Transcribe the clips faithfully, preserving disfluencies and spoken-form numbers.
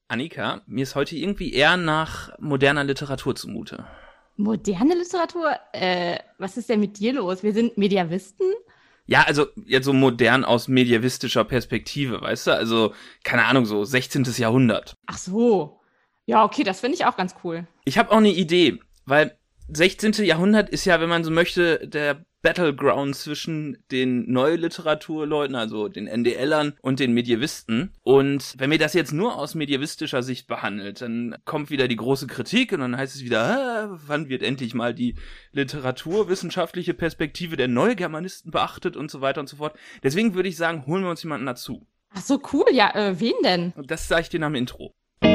Annika, mir ist heute irgendwie eher nach moderner Literatur zumute. Moderne Literatur? Äh, was ist denn mit dir los? Wir sind Mediavisten? Ja, also jetzt so modern aus mediavistischer Perspektive, weißt du? Also, keine Ahnung, so sechzehntes Jahrhundert. Ach so. Ja, okay, das finde ich auch ganz cool. Ich habe auch eine Idee, weil sechzehntes Jahrhundert ist ja, wenn man so möchte, der Battleground zwischen den Neuliteraturleuten, also den N D Lern und den Medievisten. Und wenn wir das jetzt nur aus mediavistischer Sicht behandelt, dann kommt wieder die große Kritik und dann heißt es wieder, ah, wann wird endlich mal die literaturwissenschaftliche Perspektive der Neugermanisten beachtet und so weiter und so fort. Deswegen würde ich sagen, holen wir uns jemanden dazu. Ach so, cool. Ja, äh, wen denn? Und das sage ich dir nach dem Intro.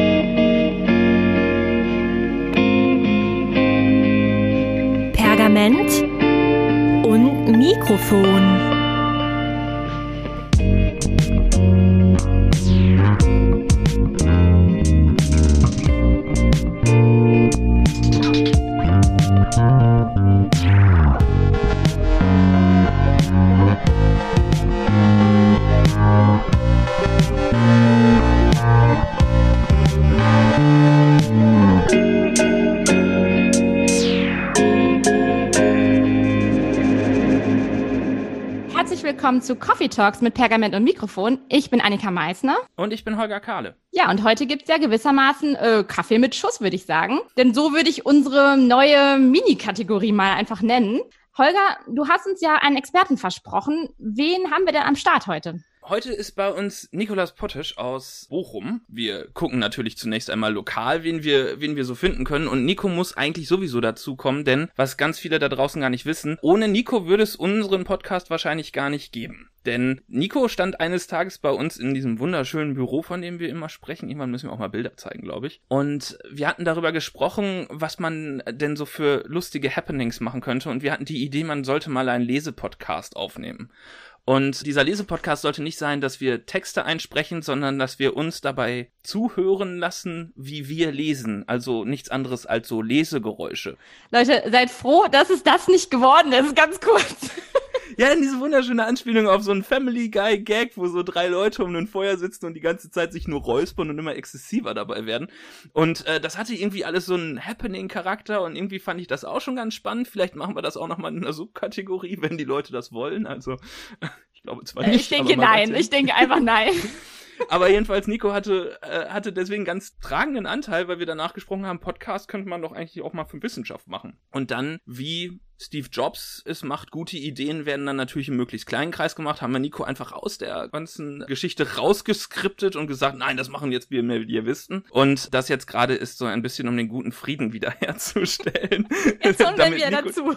Pergament und Mikrofon. Willkommen zu Coffee Talks mit Pergament und Mikrofon. Ich bin Annika Meissner. Und ich bin Holger Kahle. Ja, und heute gibt's ja gewissermaßen äh, Kaffee mit Schuss, würde ich sagen. Denn so würde ich unsere neue Mini-Kategorie mal einfach nennen. Holger, du hast uns ja einen Experten versprochen. Wen haben wir denn am Start heute? Heute ist bei uns Nikolaus Pottisch aus Bochum. Wir gucken natürlich zunächst einmal lokal, wen wir, wen wir so finden können. Und Nico muss eigentlich sowieso dazu kommen, denn was ganz viele da draußen gar nicht wissen, ohne Nico würde es unseren Podcast wahrscheinlich gar nicht geben. Denn Nico stand eines Tages bei uns in diesem wunderschönen Büro, von dem wir immer sprechen. Irgendwann müssen wir auch mal Bilder zeigen, glaube ich. Und wir hatten darüber gesprochen, was man denn so für lustige Happenings machen könnte. Und wir hatten die Idee, man sollte mal einen Lesepodcast aufnehmen. Und dieser Lesepodcast sollte nicht sein, dass wir Texte einsprechen, sondern dass wir uns dabei zuhören lassen, wie wir lesen. Also nichts anderes als so Lesegeräusche. Leute, seid froh, dass es das nicht geworden ist, ganz kurz. Ja, diese wunderschöne Anspielung auf so einen Family Guy Gag, wo so drei Leute um ein Feuer sitzen und die ganze Zeit sich nur räuspern und immer exzessiver dabei werden. Und äh, das hatte irgendwie alles so einen Happening-Charakter und irgendwie fand ich das auch schon ganz spannend. Vielleicht machen wir das auch nochmal in einer Subkategorie, wenn die Leute das wollen. Also, ich glaube zwar nicht. Ich denke nein, ich denke einfach nein. Aber jedenfalls, Nico hatte äh, hatte deswegen ganz tragenden Anteil, weil wir danach gesprochen haben, Podcast könnte man doch eigentlich auch mal für Wissenschaft machen. Und dann, wie Steve Jobs es macht, gute Ideen werden dann natürlich im möglichst kleinen Kreis gemacht, haben wir Nico einfach aus der ganzen Geschichte rausgeskriptet und gesagt, nein, das machen jetzt wir Mediavisten. Und das jetzt gerade ist so ein bisschen, um den guten Frieden wiederherzustellen. Jetzt kommen wir wieder dazu.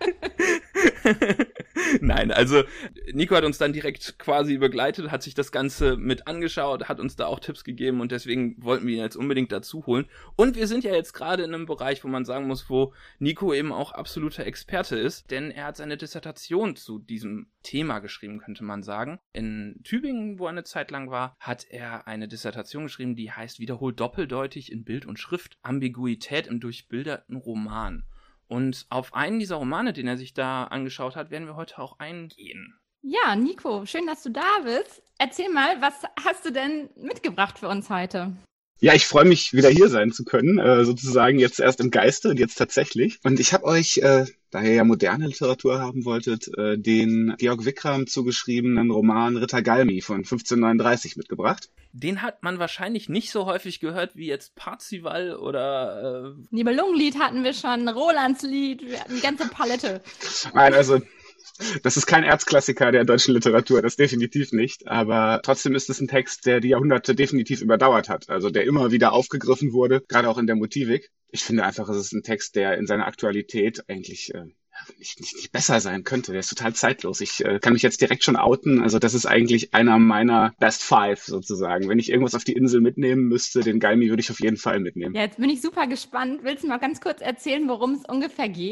Nein, also Nico hat uns dann direkt quasi begleitet, hat sich das Ganze mit angeschaut, hat uns da auch Tipps gegeben und deswegen wollten wir ihn jetzt unbedingt dazu holen. Und wir sind ja jetzt gerade in einem Bereich, wo man sagen muss, wo Nico eben auch absoluter Experte ist, denn er hat seine Dissertation zu diesem Thema geschrieben, könnte man sagen. In Tübingen, wo er eine Zeit lang war, hat er eine Dissertation geschrieben, die heißt Wiederholt doppeldeutig in Bild und Schrift, Ambiguität im durchbilderten Roman. Und auf einen dieser Romane, den er sich da angeschaut hat, werden wir heute auch eingehen. Ja, Nico, schön, dass du da bist. Erzähl mal, was hast du denn mitgebracht für uns heute? Ja, ich freue mich, wieder hier sein zu können, äh, sozusagen jetzt erst im Geiste und jetzt tatsächlich. Und ich habe euch, äh, da ihr ja moderne Literatur haben wolltet, äh, den Georg Wickram zugeschriebenen Roman Ritter Galmi von fünfzehnhundertneununddreißig mitgebracht. Den hat man wahrscheinlich nicht so häufig gehört wie jetzt Parzival oder... Äh Nibelungenlied hatten wir schon, Rolandslied, wir hatten die ganze Palette. Nein, also... Das ist kein Erzklassiker der deutschen Literatur, das definitiv nicht. Aber trotzdem ist es ein Text, der die Jahrhunderte definitiv überdauert hat. Also der immer wieder aufgegriffen wurde, gerade auch in der Motivik. Ich finde einfach, es ist ein Text, der in seiner Aktualität eigentlich äh, nicht, nicht, nicht besser sein könnte. Der ist total zeitlos. Ich äh, kann mich jetzt direkt schon outen. Also das ist eigentlich einer meiner Best Five sozusagen. Wenn ich irgendwas auf die Insel mitnehmen müsste, den Galmi würde ich auf jeden Fall mitnehmen. Ja, jetzt bin ich super gespannt. Willst du mal ganz kurz erzählen, worum es ungefähr geht?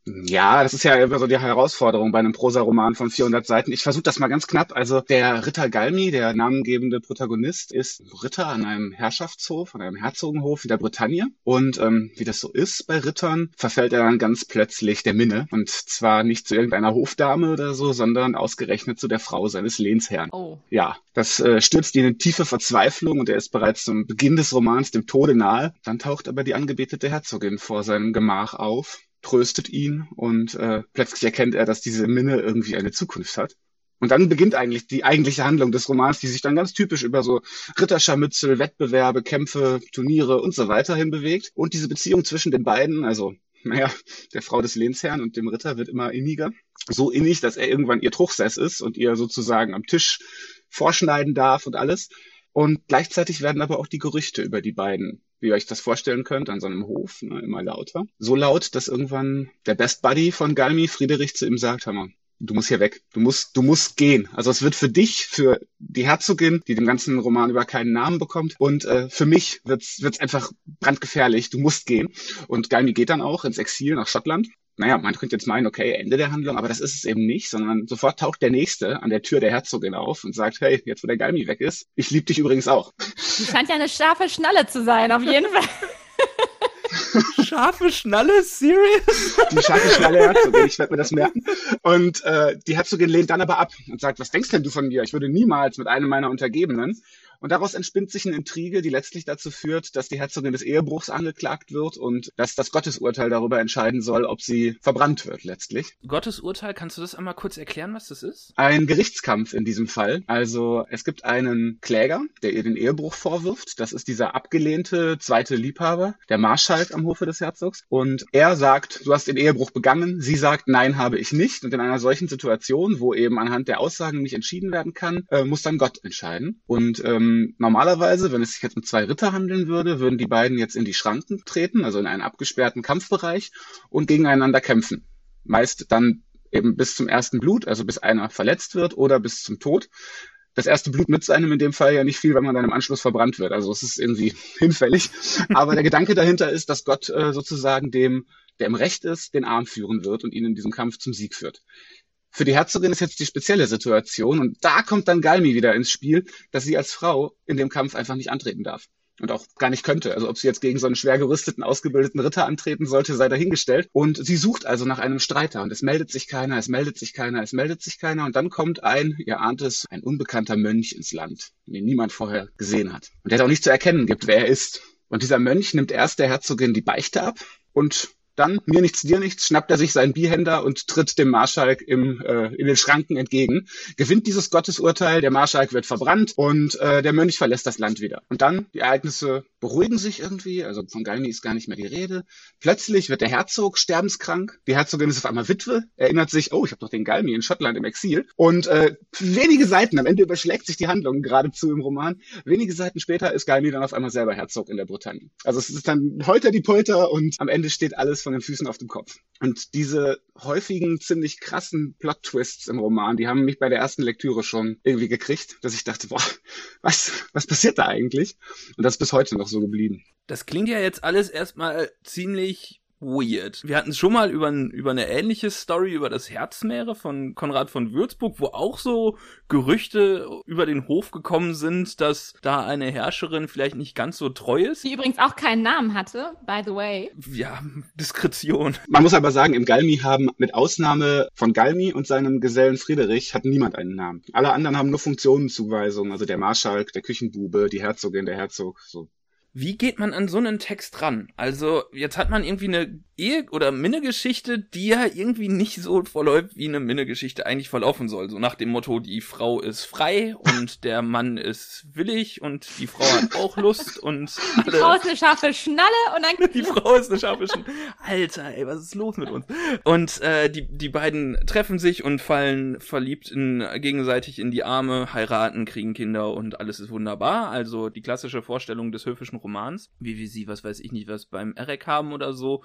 Ja, das ist ja immer so die Herausforderung bei einem Prosaroman von vierhundert Seiten. Ich versuche das mal ganz knapp. Also der Ritter Galmi, der namengebende Protagonist, ist Ritter an einem Herrschaftshof, an einem Herzogenhof in der Bretagne. Und ähm, wie das so ist bei Rittern, verfällt er dann ganz plötzlich der Minne. Und zwar nicht zu irgendeiner Hofdame oder so, sondern ausgerechnet zu der Frau seines Lehnsherrn. Oh. Ja, das äh, stürzt ihn in tiefe Verzweiflung und er ist bereits zum Beginn des Romans dem Tode nahe. Dann taucht aber die angebetete Herzogin vor seinem Gemach auf, tröstet ihn und äh, plötzlich erkennt er, dass diese Minne irgendwie eine Zukunft hat. Und dann beginnt eigentlich die eigentliche Handlung des Romans, die sich dann ganz typisch über so Ritterscharmützel, Wettbewerbe, Kämpfe, Turniere und so weiter hin bewegt. Und diese Beziehung zwischen den beiden, also naja, der Frau des Lehnsherrn und dem Ritter wird immer inniger. So innig, dass er irgendwann ihr Truchsess ist und ihr sozusagen am Tisch vorschneiden darf und alles. Und gleichzeitig werden aber auch die Gerüchte über die beiden, wie ihr euch das vorstellen könnt, an so einem Hof, ne, immer lauter. So laut, dass irgendwann der Best Buddy von Galmi, Friedrich, zu ihm sagt, hör mal, du musst hier weg. Du musst, du musst gehen. Also es wird für dich, für die Herzogin, die dem ganzen Roman über keinen Namen bekommt, und äh, für mich wird's, wird's einfach brandgefährlich. Du musst gehen. Und Galmi geht dann auch ins Exil nach Schottland. Naja, man könnte jetzt meinen, okay, Ende der Handlung, aber das ist es eben nicht, sondern sofort taucht der Nächste an der Tür der Herzogin auf und sagt, hey, jetzt wo der Galmi weg ist, ich lieb dich übrigens auch. Die scheint ja eine scharfe Schnalle zu sein, auf jeden Fall. Scharfe Schnalle? Serious? Die scharfe Schnalle Herzogin, ich werde mir das merken. Und äh, die Herzogin lehnt dann aber ab und sagt, was denkst denn du von mir? Ich würde niemals mit einem meiner Untergebenen. Und daraus entspinnt sich eine Intrige, die letztlich dazu führt, dass die Herzogin des Ehebruchs angeklagt wird und dass das Gottesurteil darüber entscheiden soll, ob sie verbrannt wird letztlich. Gottesurteil, kannst du das einmal kurz erklären, was das ist? Ein Gerichtskampf in diesem Fall. Also es gibt einen Kläger, der ihr den Ehebruch vorwirft. Das ist dieser abgelehnte zweite Liebhaber, der Marschalk am Hofe des Herzogs. Und er sagt, du hast den Ehebruch begangen. Sie sagt, nein, habe ich nicht. Und in einer solchen Situation, wo eben anhand der Aussagen nicht entschieden werden kann, äh, muss dann Gott entscheiden. Und ähm, normalerweise, wenn es sich jetzt um zwei Ritter handeln würde, würden die beiden jetzt in die Schranken treten, also in einen abgesperrten Kampfbereich und gegeneinander kämpfen. Meist dann eben bis zum ersten Blut, also bis einer verletzt wird oder bis zum Tod. Das erste Blut nützt einem in dem Fall ja nicht viel, wenn man dann im Anschluss verbrannt wird. Also es ist irgendwie hinfällig. Aber der Gedanke dahinter ist, dass Gott äh, sozusagen dem, der im Recht ist, den Arm führen wird und ihn in diesem Kampf zum Sieg führt. Für die Herzogin ist jetzt die spezielle Situation und da kommt dann Galmi wieder ins Spiel, dass sie als Frau in dem Kampf einfach nicht antreten darf und auch gar nicht könnte. Also ob sie jetzt gegen so einen schwer gerüsteten, ausgebildeten Ritter antreten sollte, sei dahingestellt. Und sie sucht also nach einem Streiter und es meldet sich keiner, es meldet sich keiner, es meldet sich keiner und dann kommt ein, ihr ahnt es, ein unbekannter Mönch ins Land, den niemand vorher gesehen hat und der auch nicht zu erkennen gibt, wer er ist. Und dieser Mönch nimmt erst der Herzogin die Beichte ab und dann, mir nichts, dir nichts, schnappt er sich seinen Bihänder und tritt dem Marschalk im, äh, in den Schranken entgegen, gewinnt dieses Gottesurteil, der Marschalk wird verbrannt und äh, der Mönch verlässt das Land wieder. Und dann, die Ereignisse beruhigen sich irgendwie, also von Galmi ist gar nicht mehr die Rede. Plötzlich wird der Herzog sterbenskrank, die Herzogin ist auf einmal Witwe, erinnert sich, oh, ich habe doch den Galmi in Schottland im Exil. Und äh, wenige Seiten, am Ende überschlägt sich die Handlung geradezu im Roman, wenige Seiten später ist Galmi dann auf einmal selber Herzog in der Bretagne. Also es ist dann Holter die Polter und am Ende steht alles von den Füßen auf dem Kopf. Und diese häufigen, ziemlich krassen Plot-Twists im Roman, die haben mich bei der ersten Lektüre schon irgendwie gekriegt, dass ich dachte, boah, was, was passiert da eigentlich? Und das ist bis heute noch so geblieben. Das klingt ja jetzt alles erstmal ziemlich weird. Wir hatten es schon mal über, über eine ähnliche Story über das Herzmeere von Konrad von Würzburg, wo auch so Gerüchte über den Hof gekommen sind, dass da eine Herrscherin vielleicht nicht ganz so treu ist. Die übrigens auch keinen Namen hatte, by the way. Ja, Diskretion. Man muss aber sagen, im Galmi haben mit Ausnahme von Galmi und seinem Gesellen Friedrich hat niemand einen Namen. Alle anderen haben nur Funktionenzuweisungen, also der Marschalk, der Küchenbube, die Herzogin, der Herzog, so. Wie geht man an so einen Text ran? Also, jetzt hat man irgendwie eine Ehe- oder Minnegeschichte, die ja irgendwie nicht so verläuft, wie eine Minnegeschichte eigentlich verlaufen soll. So nach dem Motto, die Frau ist frei und der Mann ist willig und die Frau hat auch Lust und alle... Die Frau ist eine scharfe Schnalle und dann... Die Frau ist eine scharfe Schnalle. Alter, ey, was ist los mit uns? Und äh, die die beiden treffen sich und fallen verliebt in gegenseitig in die Arme, heiraten, kriegen Kinder und alles ist wunderbar. Also die klassische Vorstellung des höfischen Romans, wie wir sie, was weiß ich nicht, was beim Erek haben oder so, wo dann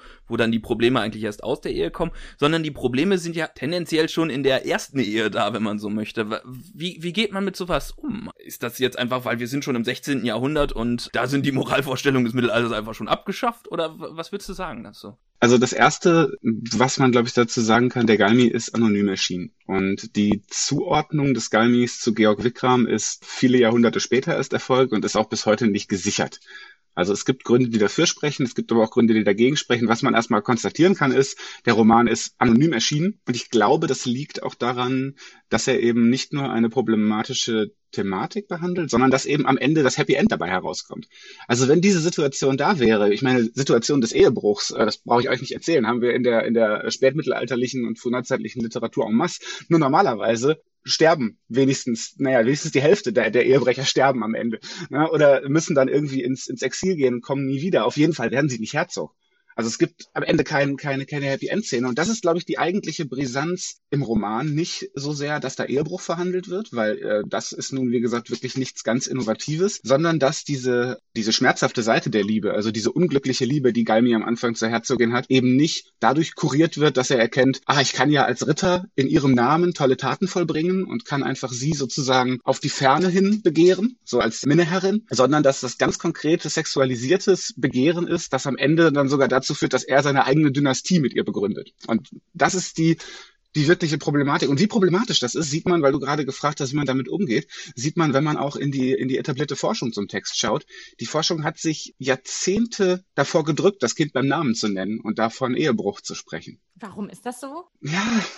dann die Probleme eigentlich erst aus der Ehe kommen, sondern die Probleme sind ja tendenziell schon in der ersten Ehe da, wenn man so möchte. Wie, wie geht man mit sowas um? Ist das jetzt einfach, weil wir sind schon im sechzehnten Jahrhundert und da sind die Moralvorstellungen des Mittelalters einfach schon abgeschafft? Oder was würdest du sagen dazu? Also das Erste, was man, glaube ich, dazu sagen kann, der Galmi ist anonym erschienen. Und die Zuordnung des Galmis zu Georg Vikram ist viele Jahrhunderte später erst erfolgt und ist auch bis heute nicht gesichert. Also es gibt Gründe, die dafür sprechen, es gibt aber auch Gründe, die dagegen sprechen. Was man erstmal konstatieren kann, ist, der Roman ist anonym erschienen. Und ich glaube, das liegt auch daran, dass er eben nicht nur eine problematische Thematik behandelt, sondern dass eben am Ende das Happy End dabei herauskommt. Also wenn diese Situation da wäre, ich meine, Situation des Ehebruchs, das brauche ich euch nicht erzählen, haben wir in der in der spätmittelalterlichen und frühneuzeitlichen Literatur en masse. Nur normalerweise sterben wenigstens, naja, wenigstens die Hälfte der, der Ehebrecher sterben am Ende. Ja, oder müssen dann irgendwie ins, ins Exil gehen und kommen nie wieder. Auf jeden Fall werden sie nicht Herzog. Also es gibt am Ende kein, keine, keine Happy-End-Szene. Und das ist, glaube ich, die eigentliche Brisanz im Roman. Nicht so sehr, dass da Ehebruch verhandelt wird, weil äh, das ist nun, wie gesagt, wirklich nichts ganz Innovatives, sondern dass diese diese schmerzhafte Seite der Liebe, also diese unglückliche Liebe, die Galmi am Anfang zur Herzogin hat, eben nicht dadurch kuriert wird, dass er erkennt, ah, ich kann ja als Ritter in ihrem Namen tolle Taten vollbringen und kann einfach sie sozusagen auf die Ferne hin begehren, so als Minneherrin, sondern dass das ganz konkrete sexualisiertes Begehren ist, das am Ende dann sogar dazu führt, dass er seine eigene Dynastie mit ihr begründet. Und das ist die die wirkliche Problematik. Und wie problematisch das ist, sieht man, weil du gerade gefragt hast, wie man damit umgeht, sieht man, wenn man auch in die in die etablierte Forschung zum Text schaut. Die Forschung hat sich Jahrzehnte davor gedrückt, das Kind beim Namen zu nennen und davon Ehebruch zu sprechen. Warum ist das so? Ja,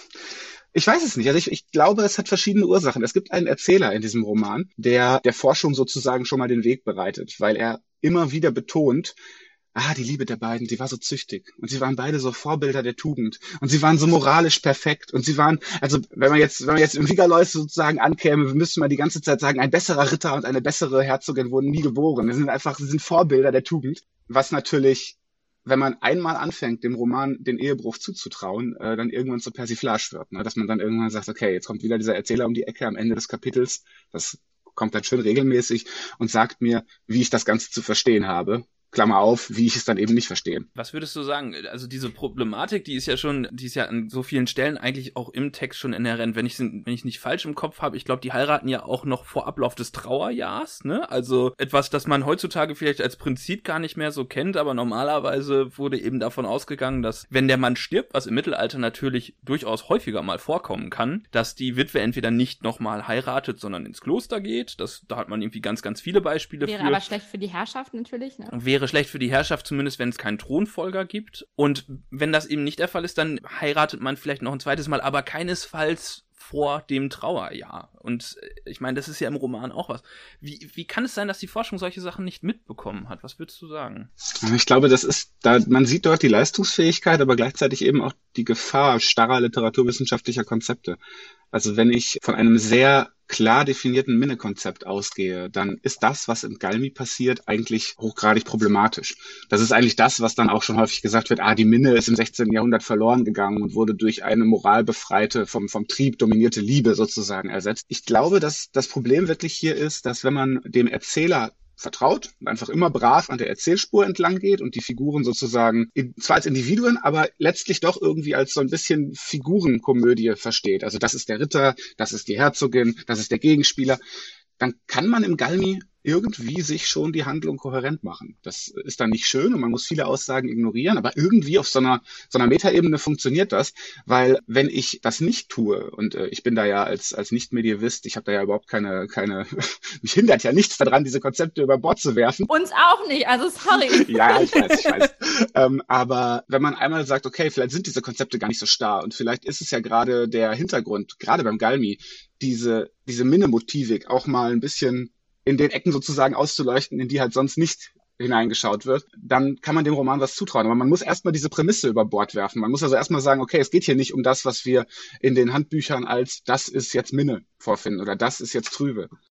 ich weiß es nicht. Also ich, ich glaube, es hat verschiedene Ursachen. Es gibt einen Erzähler in diesem Roman, der der Forschung sozusagen schon mal den Weg bereitet, weil er immer wieder betont, ah, die Liebe der beiden, die war so züchtig. Und sie waren beide so Vorbilder der Tugend. Und sie waren so moralisch perfekt. Und sie waren, also wenn man jetzt, wenn man jetzt im Vigalois sozusagen ankäme, müsste man die ganze Zeit sagen, ein besserer Ritter und eine bessere Herzogin wurden nie geboren. Sie sind einfach, sie sind Vorbilder der Tugend. Was natürlich, wenn man einmal anfängt, dem Roman den Ehebruch zuzutrauen, äh, dann irgendwann zur Persiflage wird. Ne? Dass man dann irgendwann sagt, okay, jetzt kommt wieder dieser Erzähler um die Ecke am Ende des Kapitels. Das kommt dann schön regelmäßig und sagt mir, wie ich das Ganze zu verstehen habe. Klammer auf, wie ich es dann eben nicht verstehe. Was würdest du sagen? Also diese Problematik, die ist ja schon, die ist ja an so vielen Stellen eigentlich auch im Text schon inhärent. Wenn ich wenn ich nicht falsch im Kopf habe, ich glaube, die heiraten ja auch noch vor Ablauf des Trauerjahrs, ne? Also etwas, das man heutzutage vielleicht als Prinzip gar nicht mehr so kennt, aber normalerweise wurde eben davon ausgegangen, dass wenn der Mann stirbt, was im Mittelalter natürlich durchaus häufiger mal vorkommen kann, dass die Witwe entweder nicht nochmal heiratet, sondern ins Kloster geht. Das, da hat man irgendwie ganz, ganz viele Beispiele Wäre für. aber schlecht für die Herrschaft natürlich, ne? Wäre schlecht für die Herrschaft, zumindest wenn es keinen Thronfolger gibt. Und wenn das eben nicht der Fall ist, dann heiratet man vielleicht noch ein zweites Mal, aber keinesfalls vor dem Trauerjahr. Und ich meine, das ist ja im Roman auch was. Wie, wie kann es sein, dass die Forschung solche Sachen nicht mitbekommen hat? Was würdest du sagen? Ich glaube, das ist, da man sieht dort die Leistungsfähigkeit, aber gleichzeitig eben auch die Gefahr starrer literaturwissenschaftlicher Konzepte. Also wenn ich von einem sehr klar definierten Minne-Konzept ausgehe, dann ist das, was im Galmi passiert, eigentlich hochgradig problematisch. Das ist eigentlich das, was dann auch schon häufig gesagt wird, ah, die Minne ist im sechzehnten Jahrhundert verloren gegangen und wurde durch eine moralbefreite, vom, vom Trieb dominierte Liebe sozusagen ersetzt. Ich glaube, dass das Problem wirklich hier ist, dass wenn man dem Erzähler vertraut und einfach immer brav an der Erzählspur entlang geht und die Figuren sozusagen in, zwar als Individuen, aber letztlich doch irgendwie als so ein bisschen Figurenkomödie versteht. Also das ist der Ritter, das ist die Herzogin, das ist der Gegenspieler. Dann kann man im Galmi irgendwie sich schon die Handlung kohärent machen. Das ist dann nicht schön und man muss viele Aussagen ignorieren, aber irgendwie auf so einer so einer Metaebene funktioniert das, weil wenn ich das nicht tue und äh, ich bin da ja als als Nicht-Medievist, ich habe da ja überhaupt keine keine mich hindert ja nichts daran, diese Konzepte über Bord zu werfen. Uns auch nicht, also sorry. Ja, ich weiß, ich weiß. ähm, aber wenn man einmal sagt, okay, vielleicht sind diese Konzepte gar nicht so starr und vielleicht ist es ja gerade der Hintergrund, gerade beim Galmi, diese diese Minne-Motivik auch mal ein bisschen in den Ecken sozusagen auszuleuchten, in die halt sonst nicht hineingeschaut wird, dann kann man dem Roman was zutrauen. Aber man muss erstmal diese Prämisse über Bord werfen. Man muss also erstmal sagen, okay, es geht hier nicht um das, was wir in den Handbüchern als das ist jetzt Minne vorfinden oder das ist jetzt Trübe.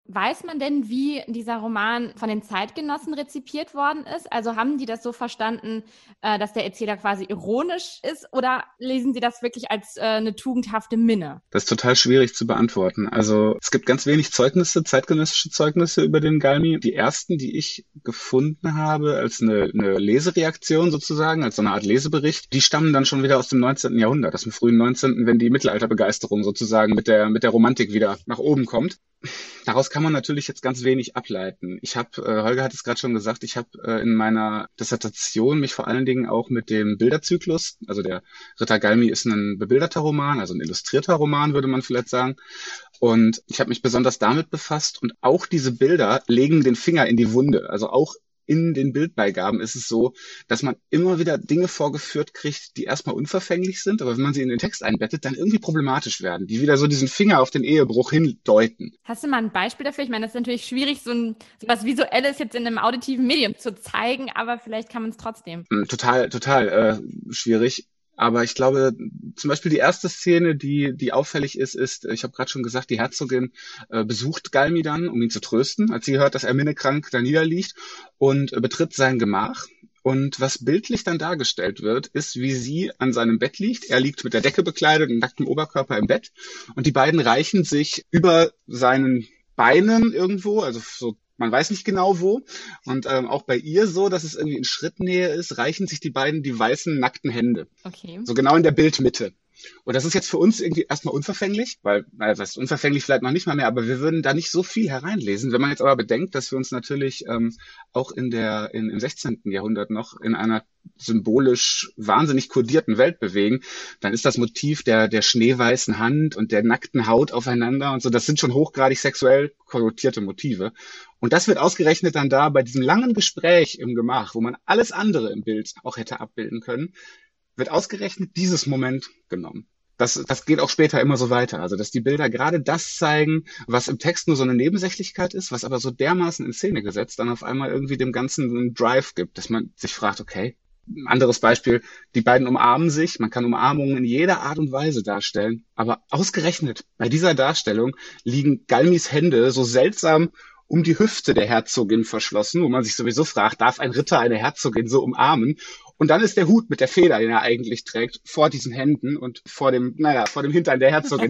Weiß man denn, wie dieser Roman von den Zeitgenossen rezipiert worden ist? Also haben die das so verstanden, äh, dass der Erzähler quasi ironisch ist, oder lesen sie das wirklich als äh, eine tugendhafte Minne? Das ist total schwierig zu beantworten. Also es gibt ganz wenig Zeugnisse, zeitgenössische Zeugnisse über den Galmi. Die ersten, die ich gefunden habe, als eine, eine Lesereaktion sozusagen, als so eine Art Lesebericht, die stammen dann schon wieder aus dem neunzehnten Jahrhundert, aus dem frühen neunzehnten, wenn die Mittelalterbegeisterung sozusagen mit der, mit der Romantik wieder nach oben kommt. Daraus kann man natürlich jetzt ganz wenig ableiten. Ich habe, äh, Holger hat es gerade schon gesagt, ich habe äh, in meiner Dissertation mich vor allen Dingen auch mit dem Bilderzyklus, also der Ritter Galmi ist ein bebilderter Roman, also ein illustrierter Roman, würde man vielleicht sagen. Und ich habe mich besonders damit befasst, und auch diese Bilder legen den Finger in die Wunde. Also auch in den Bildbeigaben ist es so, dass man immer wieder Dinge vorgeführt kriegt, die erstmal unverfänglich sind, aber wenn man sie in den Text einbettet, dann irgendwie problematisch werden, die wieder so diesen Finger auf den Ehebruch hindeuten. Hast du mal ein Beispiel dafür? Ich meine, das ist natürlich schwierig, so ein so was Visuelles jetzt in einem auditiven Medium zu zeigen, aber vielleicht kann man es trotzdem. Total, total äh, schwierig. Aber ich glaube, zum Beispiel die erste Szene, die die auffällig ist, ist, ich habe gerade schon gesagt, die Herzogin äh, besucht Galmi dann, um ihn zu trösten, als sie hört, dass er minnekrank da niederliegt, und äh, betritt sein Gemach. Und was bildlich dann dargestellt wird, ist, wie sie an seinem Bett liegt. Er liegt mit der Decke bekleidet und nacktem Oberkörper im Bett. Und die beiden reichen sich über seinen Beinen irgendwo, also so, man weiß nicht genau wo. Und ähm, auch bei ihr so, dass es irgendwie in Schrittnähe ist, reichen sich die beiden die weißen, nackten Hände. Okay. So genau in der Bildmitte. Und das ist jetzt für uns irgendwie erstmal unverfänglich, weil, also das ist unverfänglich vielleicht noch nicht mal mehr, aber wir würden da nicht so viel hereinlesen. Wenn man jetzt aber bedenkt, dass wir uns natürlich ähm, auch in der in, im sechzehnten Jahrhundert noch in einer symbolisch wahnsinnig kodierten Welt bewegen, dann ist das Motiv der der schneeweißen Hand und der nackten Haut aufeinander und so, das sind schon hochgradig sexuell konnotierte Motive. Und das wird ausgerechnet dann da bei diesem langen Gespräch im Gemach, wo man alles andere im Bild auch hätte abbilden können, wird ausgerechnet dieses Moment genommen. Das, das geht auch später immer so weiter. Also, dass die Bilder gerade das zeigen, was im Text nur so eine Nebensächlichkeit ist, was aber so dermaßen in Szene gesetzt dann auf einmal irgendwie dem Ganzen einen Drive gibt, dass man sich fragt, okay, ein anderes Beispiel, die beiden umarmen sich, man kann Umarmungen in jeder Art und Weise darstellen, aber ausgerechnet bei dieser Darstellung liegen Galmis Hände so seltsam um die Hüfte der Herzogin verschlossen, wo man sich sowieso fragt, darf ein Ritter eine Herzogin so umarmen? Und dann ist der Hut mit der Feder, den er eigentlich trägt, vor diesen Händen und vor dem, naja, vor dem Hintern der Herzogin.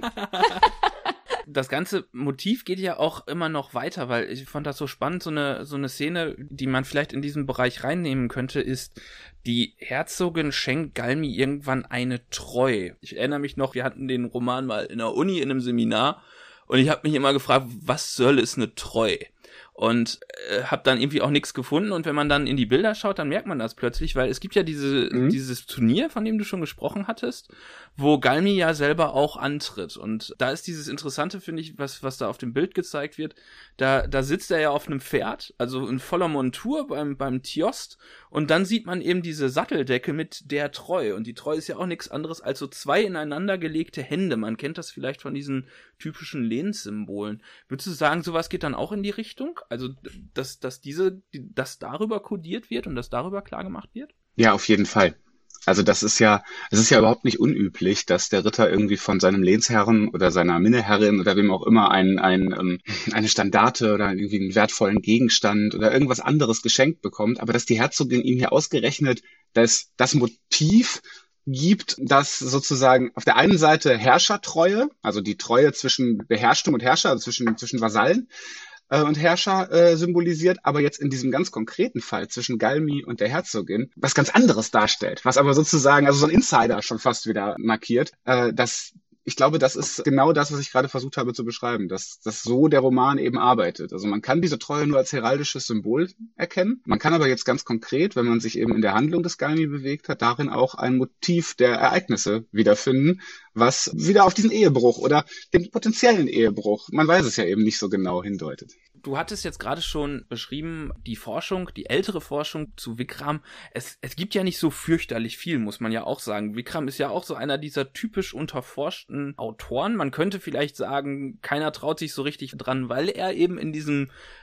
Das ganze Motiv geht ja auch immer noch weiter, weil ich fand das so spannend, so eine, so eine Szene, die man vielleicht in diesen Bereich reinnehmen könnte, ist, die Herzogin schenkt Galmi irgendwann eine Treu. Ich erinnere mich noch, wir hatten den Roman mal in der Uni in einem Seminar und ich habe mich immer gefragt, was soll es eine Treu? Und äh, habe dann irgendwie auch nichts gefunden, und wenn man dann in die Bilder schaut, dann merkt man das plötzlich, weil es gibt ja diese mhm. dieses Turnier, von dem du schon gesprochen hattest, wo Galmi ja selber auch antritt, und da ist dieses Interessante, finde ich, was was da auf dem Bild gezeigt wird, da da sitzt er ja auf einem Pferd, also in voller Montur beim beim Tiost, und dann sieht man eben diese Satteldecke mit der Treu, und die Treu ist ja auch nichts anderes als so zwei ineinander gelegte Hände, man kennt das vielleicht von diesen typischen Lehnssymbolen. Würdest du sagen, sowas geht dann auch in die Richtung? Also, dass, dass diese, dass darüber kodiert wird und dass darüber klar gemacht wird? Ja, auf jeden Fall. Also das ist ja, es ist ja überhaupt nicht unüblich, dass der Ritter irgendwie von seinem Lehnsherren oder seiner Minneherrin oder wem auch immer ein, ein, eine Standarte oder irgendwie einen wertvollen Gegenstand oder irgendwas anderes geschenkt bekommt, aber dass die Herzogin ihm hier ausgerechnet das, das Motiv gibt, das sozusagen auf der einen Seite Herrschertreue, also die Treue zwischen Beherrschtem und Herrscher, also zwischen, zwischen Vasallen, und Herrscher äh, symbolisiert, aber jetzt in diesem ganz konkreten Fall zwischen Galmi und der Herzogin was ganz anderes darstellt, was aber sozusagen, also so ein Insider schon fast wieder markiert, äh, dass ich glaube, das ist genau das, was ich gerade versucht habe zu beschreiben, dass, dass so der Roman eben arbeitet. Also man kann diese Treue nur als heraldisches Symbol erkennen. Man kann aber jetzt ganz konkret, wenn man sich eben in der Handlung des Galmi bewegt hat, darin auch ein Motiv der Ereignisse wiederfinden, was wieder auf diesen Ehebruch oder den potenziellen Ehebruch, man weiß es ja eben nicht so genau, hindeutet. Du hattest jetzt gerade schon beschrieben, die Forschung, die ältere Forschung zu Vikram. Es, es gibt ja nicht so fürchterlich viel, muss man ja auch sagen. Vikram ist ja auch so einer dieser typisch unterforschten Autoren. Man könnte vielleicht sagen, keiner traut sich so richtig dran, weil er eben in diesem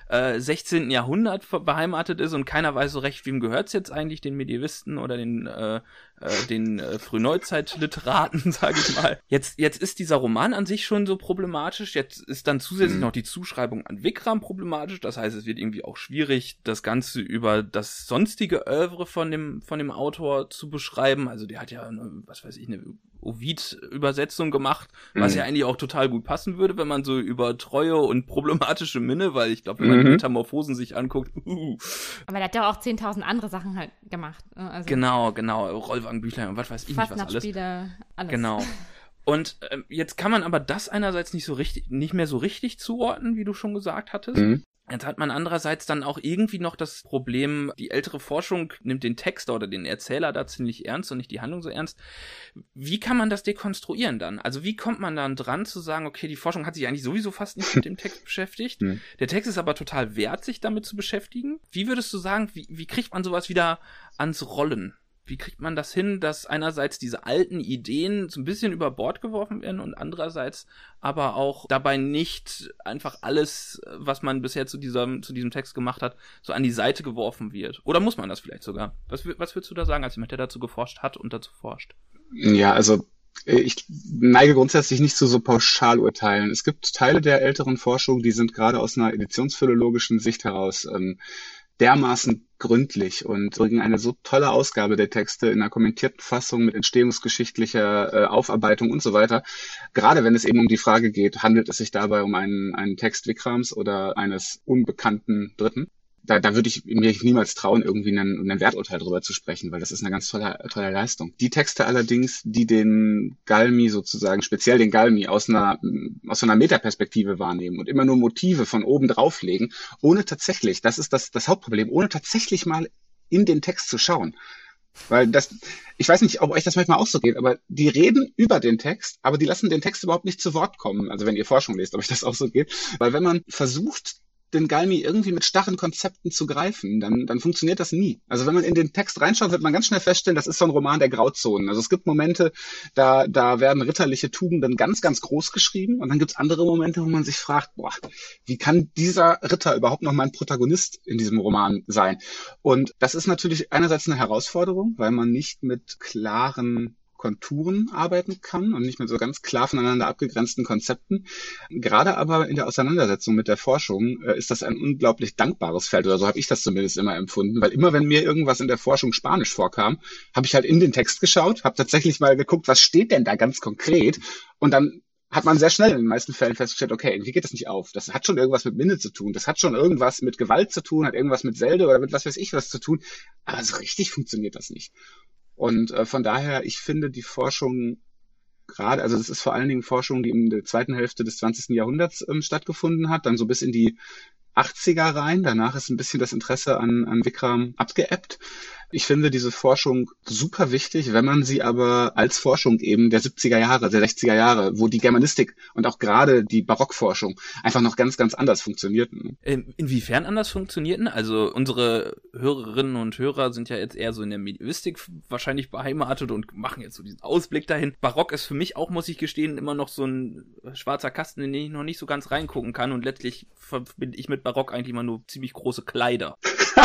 äh, sechzehnten Jahrhundert beheimatet ist und keiner weiß so recht, wem gehört's jetzt eigentlich, den Medievisten oder den äh, äh, den äh, Frühneuzeitliteraten, sage ich mal. Jetzt jetzt ist dieser Roman an sich schon so problematisch, jetzt ist dann zusätzlich mhm. noch die Zuschreibung an Vikram problematisch, das heißt, es wird irgendwie auch schwierig, das Ganze über das sonstige Övre von dem von dem Autor zu beschreiben, also der hat ja, eine, was weiß ich, eine Ovid-Übersetzung gemacht, was mhm. ja eigentlich auch total gut passen würde, wenn man so über Treue und problematische Minne, weil ich glaube, wenn man mhm. die Metamorphosen sich anguckt, uh. Aber der hat ja auch zehntausend andere Sachen halt gemacht. Also genau, genau, Rollwagenbüchlein und was weiß ich nicht, was alles. alles. Genau. Und ähm, jetzt kann man aber das einerseits nicht so richtig, nicht mehr so richtig zuordnen, wie du schon gesagt hattest. Mhm. Jetzt hat man andererseits dann auch irgendwie noch das Problem, die ältere Forschung nimmt den Text oder den Erzähler da ziemlich ernst und nicht die Handlung so ernst. Wie kann man das dekonstruieren dann? Also wie kommt man dann dran zu sagen, okay, die Forschung hat sich eigentlich sowieso fast nicht mit dem Text beschäftigt. Mhm. Der Text ist aber total wert, sich damit zu beschäftigen. Wie würdest du sagen, wie, wie kriegt man sowas wieder ans Rollen? Wie kriegt man das hin, dass einerseits diese alten Ideen so ein bisschen über Bord geworfen werden und andererseits aber auch dabei nicht einfach alles, was man bisher zu diesem, zu diesem Text gemacht hat, so an die Seite geworfen wird? Oder muss man das vielleicht sogar? Was, was würdest du da sagen, als jemand, der dazu geforscht hat und dazu forscht? Ja, also ich neige grundsätzlich nicht zu so Pauschalurteilen. Es gibt Teile der älteren Forschung, die sind gerade aus einer editionsphilologischen Sicht heraus ähm, dermaßen gründlich und bringen eine so tolle Ausgabe der Texte in einer kommentierten Fassung mit entstehungsgeschichtlicher äh, Aufarbeitung und so weiter. Gerade wenn es eben um die Frage geht, handelt es sich dabei um einen, einen Text Vikrams oder eines unbekannten Dritten? Da, da würde ich mir niemals trauen, irgendwie einen, einen Werturteil drüber zu sprechen, weil das ist eine ganz tolle, tolle Leistung. Die Texte allerdings, die den Galmi sozusagen, speziell den Galmi aus einer, aus so einer Metaperspektive wahrnehmen und immer nur Motive von oben drauflegen, ohne tatsächlich, das ist das, das Hauptproblem, ohne tatsächlich mal in den Text zu schauen. Weil das, ich weiß nicht, ob euch das manchmal auch so geht, aber die reden über den Text, aber die lassen den Text überhaupt nicht zu Wort kommen. Also wenn ihr Forschung lest, ob euch das auch so geht. Weil wenn man versucht, den Galmi irgendwie mit starren Konzepten zu greifen, dann, dann funktioniert das nie. Also wenn man in den Text reinschaut, wird man ganz schnell feststellen, das ist so ein Roman der Grauzonen. Also es gibt Momente, da, da werden ritterliche Tugenden ganz, ganz groß geschrieben und dann gibt es andere Momente, wo man sich fragt, boah, wie kann dieser Ritter überhaupt noch mein Protagonist in diesem Roman sein? Und das ist natürlich einerseits eine Herausforderung, weil man nicht mit klaren Konturen arbeiten kann und nicht mit so ganz klar voneinander abgegrenzten Konzepten. Gerade aber in der Auseinandersetzung mit der Forschung äh, ist das ein unglaublich dankbares Feld, oder so habe ich das zumindest immer empfunden, weil immer, wenn mir irgendwas in der Forschung Spanisch vorkam, habe ich halt in den Text geschaut, habe tatsächlich mal geguckt, was steht denn da ganz konkret, und dann hat man sehr schnell in den meisten Fällen festgestellt, okay, irgendwie geht das nicht auf. Das hat schon irgendwas mit Minne zu tun, das hat schon irgendwas mit Gewalt zu tun, hat irgendwas mit Selde oder mit was weiß ich was zu tun, aber so richtig funktioniert das nicht. Und äh, von daher, ich finde die Forschung gerade, also das ist vor allen Dingen Forschung, die in der zweiten Hälfte des zwanzigsten Jahrhunderts ähm, stattgefunden hat, dann so bis in die achtziger rein. Danach ist ein bisschen das Interesse an, an Vikram abgeebbt. Ich finde diese Forschung super wichtig, wenn man sie aber als Forschung eben der siebziger Jahre, der sechziger Jahre, wo die Germanistik und auch gerade die Barockforschung einfach noch ganz, ganz anders funktionierten. Inwiefern anders funktionierten? Also unsere Hörerinnen und Hörer sind ja jetzt eher so in der Medievistik wahrscheinlich beheimatet und machen jetzt so diesen Ausblick dahin. Barock ist für mich auch, muss ich gestehen, immer noch so ein schwarzer Kasten, in den ich noch nicht so ganz reingucken kann, und letztlich verbinde ich mit Barock eigentlich immer nur ziemlich große Kleider.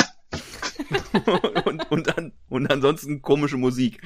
und, und, dann, und ansonsten komische Musik.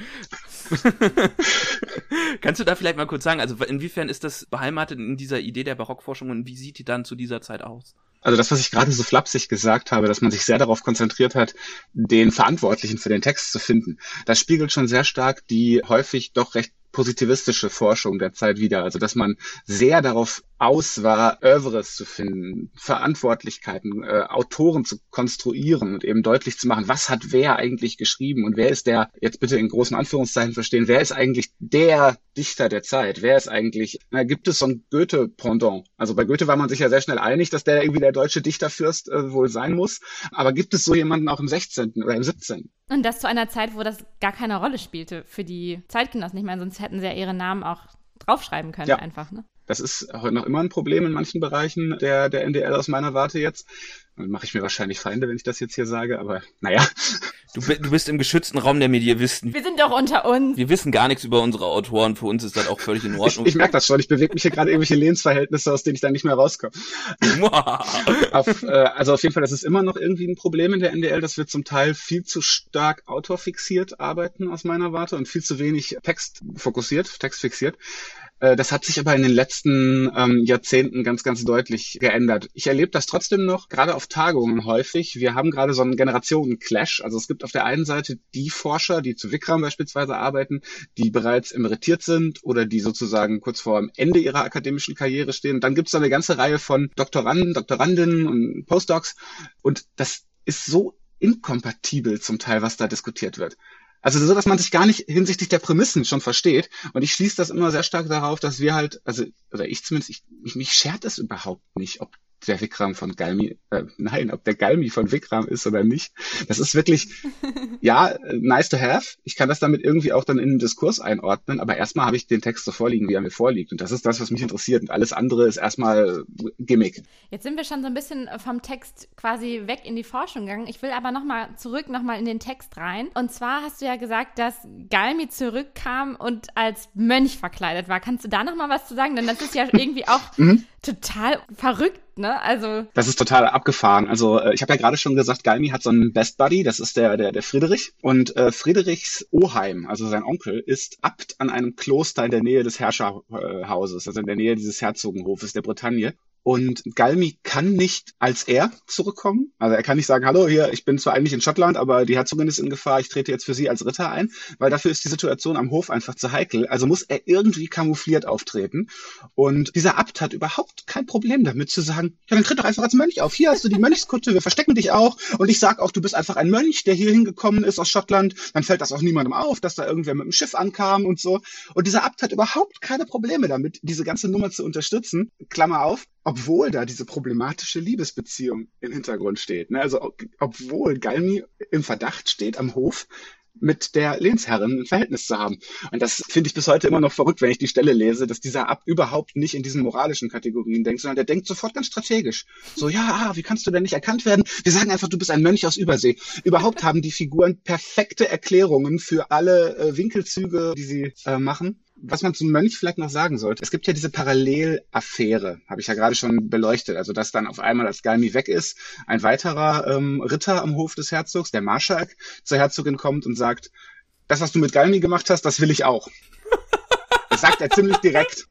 Kannst du da vielleicht mal kurz sagen, also inwiefern ist das beheimatet in dieser Idee der Barockforschung und wie sieht die dann zu dieser Zeit aus? Also das, was ich gerade so flapsig gesagt habe, dass man sich sehr darauf konzentriert hat, den Verantwortlichen für den Text zu finden, das spiegelt schon sehr stark die häufig doch recht positivistische Forschung der Zeit wider. Also dass man sehr darauf aus war, Övres zu finden, Verantwortlichkeiten, äh, Autoren zu konstruieren und eben deutlich zu machen, was hat wer eigentlich geschrieben und wer ist der, jetzt bitte in großen Anführungszeichen verstehen, wer ist eigentlich der Dichter der Zeit? Wer ist eigentlich, na, gibt es so ein Goethe-Pendant? Also bei Goethe war man sich ja sehr schnell einig, dass der irgendwie der deutsche Dichterfürst äh, wohl sein muss. Aber gibt es so jemanden auch im sechzehnten oder im siebzehnten? Und das zu einer Zeit, wo das gar keine Rolle spielte für die Zeitgenossen. Ich meine, sonst hätten sie ja ihre Namen auch draufschreiben können, ja. einfach, ne? Das ist heute noch immer ein Problem in manchen Bereichen der, der N D L aus meiner Warte jetzt. Dann mache ich mir wahrscheinlich Feinde, wenn ich das jetzt hier sage, aber naja. Du, du bist im geschützten Raum der Medievisten. Wir sind doch unter uns. Wir wissen gar nichts über unsere Autoren. Für uns ist das auch völlig in Ordnung. Ich, ich merke das schon. Ich bewege mich hier gerade irgendwelche Lebensverhältnisse, aus denen ich dann nicht mehr rauskomme. auf, äh, also auf jeden Fall, das ist immer noch irgendwie ein Problem in der N D L, dass wir zum Teil viel zu stark autorfixiert arbeiten aus meiner Warte und viel zu wenig textfokussiert, textfixiert. Das hat sich aber in den letzten ähm, Jahrzehnten ganz, ganz deutlich geändert. Ich erlebe das trotzdem noch, gerade auf Tagungen häufig. Wir haben gerade so einen Generationen-Clash. Also es gibt auf der einen Seite die Forscher, die zu Vikram beispielsweise arbeiten, die bereits emeritiert sind oder die sozusagen kurz vor dem Ende ihrer akademischen Karriere stehen. Und dann gibt es so eine ganze Reihe von Doktoranden, Doktorandinnen und Postdocs. Und das ist so inkompatibel zum Teil, was da diskutiert wird. Also so, dass man sich gar nicht hinsichtlich der Prämissen schon versteht. Und ich schließe das immer sehr stark darauf, dass wir halt, also oder ich zumindest, ich, mich, mich schert es überhaupt nicht, ob der Vikram von Galmi, äh, nein, ob der Galmi von Vikram ist oder nicht. Das ist wirklich, ja, nice to have. Ich kann das damit irgendwie auch dann in den Diskurs einordnen, aber erstmal habe ich den Text so vorliegen, wie er mir vorliegt. Und das ist das, was mich interessiert. Und alles andere ist erstmal Gimmick. Jetzt sind wir schon so ein bisschen vom Text quasi weg in die Forschung gegangen. Ich will aber nochmal zurück, nochmal in den Text rein. Und zwar hast du ja gesagt, dass Galmi zurückkam und als Mönch verkleidet war. Kannst du da nochmal was zu sagen? Denn das ist ja irgendwie auch mhm. total verrückt. Ne? Also das ist total abgefahren. Also äh, ich habe ja gerade schon gesagt, Galmi hat so einen Best Buddy, das ist der der der Friedrich. Und äh, Friedrichs Oheim, also sein Onkel, ist Abt an einem Kloster in der Nähe des Herrscherhauses, also in der Nähe dieses Herzogenhofes der Bretagne. Und Galmi kann nicht als er zurückkommen. Also er kann nicht sagen, hallo, hier, ich bin zwar eigentlich in Schottland, aber die Herzogin ist in Gefahr, ich trete jetzt für sie als Ritter ein, weil dafür ist die Situation am Hof einfach zu heikel. Also muss er irgendwie kamoufliert auftreten. Und dieser Abt hat überhaupt kein Problem damit zu sagen, ja, dann tritt doch einfach als Mönch auf. Hier hast du die Mönchskutte, wir verstecken dich auch. Und ich sag auch, du bist einfach ein Mönch, der hier hingekommen ist aus Schottland. Dann fällt das auch niemandem auf, dass da irgendwer mit dem Schiff ankam und so. Und dieser Abt hat überhaupt keine Probleme damit, diese ganze Nummer zu unterstützen. Klammer auf. Obwohl da diese problematische Liebesbeziehung im Hintergrund steht. Ne? Also obwohl Galmi im Verdacht steht, am Hof mit der Lehnsherrin ein Verhältnis zu haben. Und das finde ich bis heute immer noch verrückt, wenn ich die Stelle lese, dass dieser Abt überhaupt nicht in diesen moralischen Kategorien denkt, sondern der denkt sofort ganz strategisch. So, ja, wie kannst du denn nicht erkannt werden? Wir sagen einfach, du bist ein Mönch aus Übersee. Überhaupt haben die Figuren perfekte Erklärungen für alle äh, Winkelzüge, die sie äh, machen. Was man zum Mönch vielleicht noch sagen sollte, es gibt ja diese Parallelaffäre, habe ich ja gerade schon beleuchtet, also dass dann auf einmal, als Galmi weg ist, ein weiterer ähm, Ritter am Hof des Herzogs, der Marschalk, zur Herzogin kommt und sagt, das, was du mit Galmi gemacht hast, das will ich auch. Das sagt er ziemlich direkt.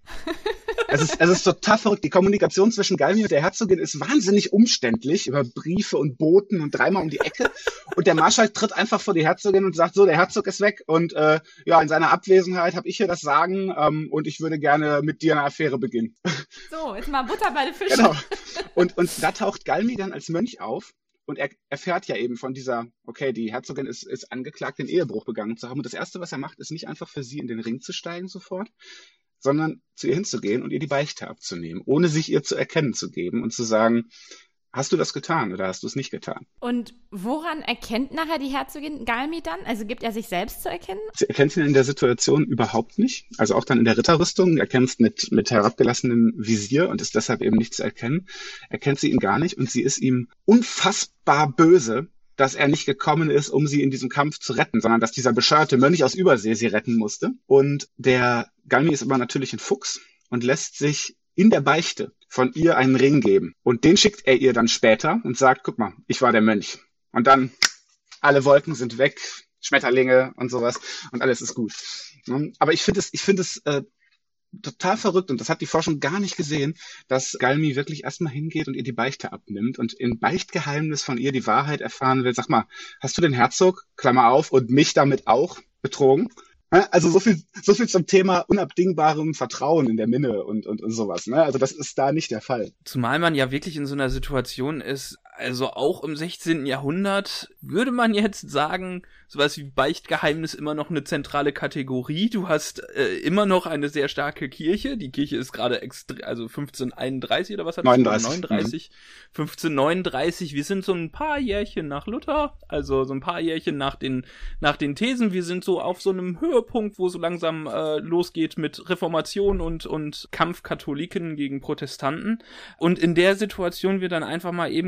Es ist, es ist total verrückt. Die Kommunikation zwischen Galmi und der Herzogin ist wahnsinnig umständlich über Briefe und Boten und dreimal um die Ecke. Und der Marschalk tritt einfach vor die Herzogin und sagt, so, der Herzog ist weg und äh, ja, in seiner Abwesenheit habe ich hier das Sagen ähm, und ich würde gerne mit dir eine Affäre beginnen. So, jetzt mal Butter bei den Fischen. Genau. Und, und da taucht Galmi dann als Mönch auf. Und er erfährt ja eben von dieser, okay, die Herzogin ist, ist angeklagt, den Ehebruch begangen zu haben. Und das Erste, was er macht, ist nicht einfach für sie in den Ring zu steigen sofort, sondern zu ihr hinzugehen und ihr die Beichte abzunehmen, ohne sich ihr zu erkennen zu geben und zu sagen, hast du das getan oder hast du es nicht getan? Und woran erkennt nachher die Herzogin Galmi dann? Also gibt er sich selbst zu erkennen? Sie erkennt ihn in der Situation überhaupt nicht. Also auch dann in der Ritterrüstung, erkennt mit, mit herabgelassenem Visier und ist deshalb eben nicht zu erkennen. Erkennt sie ihn gar nicht und sie ist ihm unfassbar böse, dass er nicht gekommen ist, um sie in diesem Kampf zu retten, sondern dass dieser bescheuerte Mönch aus Übersee sie retten musste. Und der Galmi ist aber natürlich ein Fuchs und lässt sich in der Beichte von ihr einen Ring geben. Und den schickt er ihr dann später und sagt, guck mal, ich war der Mönch. Und dann, alle Wolken sind weg, Schmetterlinge und sowas und alles ist gut. Aber ich finde es, ich finde es äh, total verrückt und das hat die Forschung gar nicht gesehen, dass Galmi wirklich erstmal hingeht und ihr die Beichte abnimmt und im Beichtgeheimnis von ihr die Wahrheit erfahren will. Sag mal, hast du den Herzog, Klammer auf, und mich damit auch betrogen? Also so viel, so viel zum Thema unabdingbarem Vertrauen in der Minne und, und, und sowas. Ne? Also das ist da nicht der Fall. Zumal man ja wirklich in so einer Situation ist, also auch im sechzehnten Jahrhundert würde man jetzt sagen, sowas wie Beichtgeheimnis immer noch eine zentrale Kategorie. Du hast äh, immer noch eine sehr starke Kirche. Die Kirche ist gerade extre- also fünfzehnhunderteinunddreißig oder was hat neununddreißig. neununddreißig. Mhm. fünfzehnhundertneununddreißig. Wir sind so ein paar Jährchen nach Luther, also so ein paar Jährchen nach den nach den Thesen. Wir sind so auf so einem Höhepunkt, wo so langsam äh, losgeht mit Reformation und und Kampf Katholiken gegen Protestanten. Und in der Situation wird dann einfach mal eben kurz so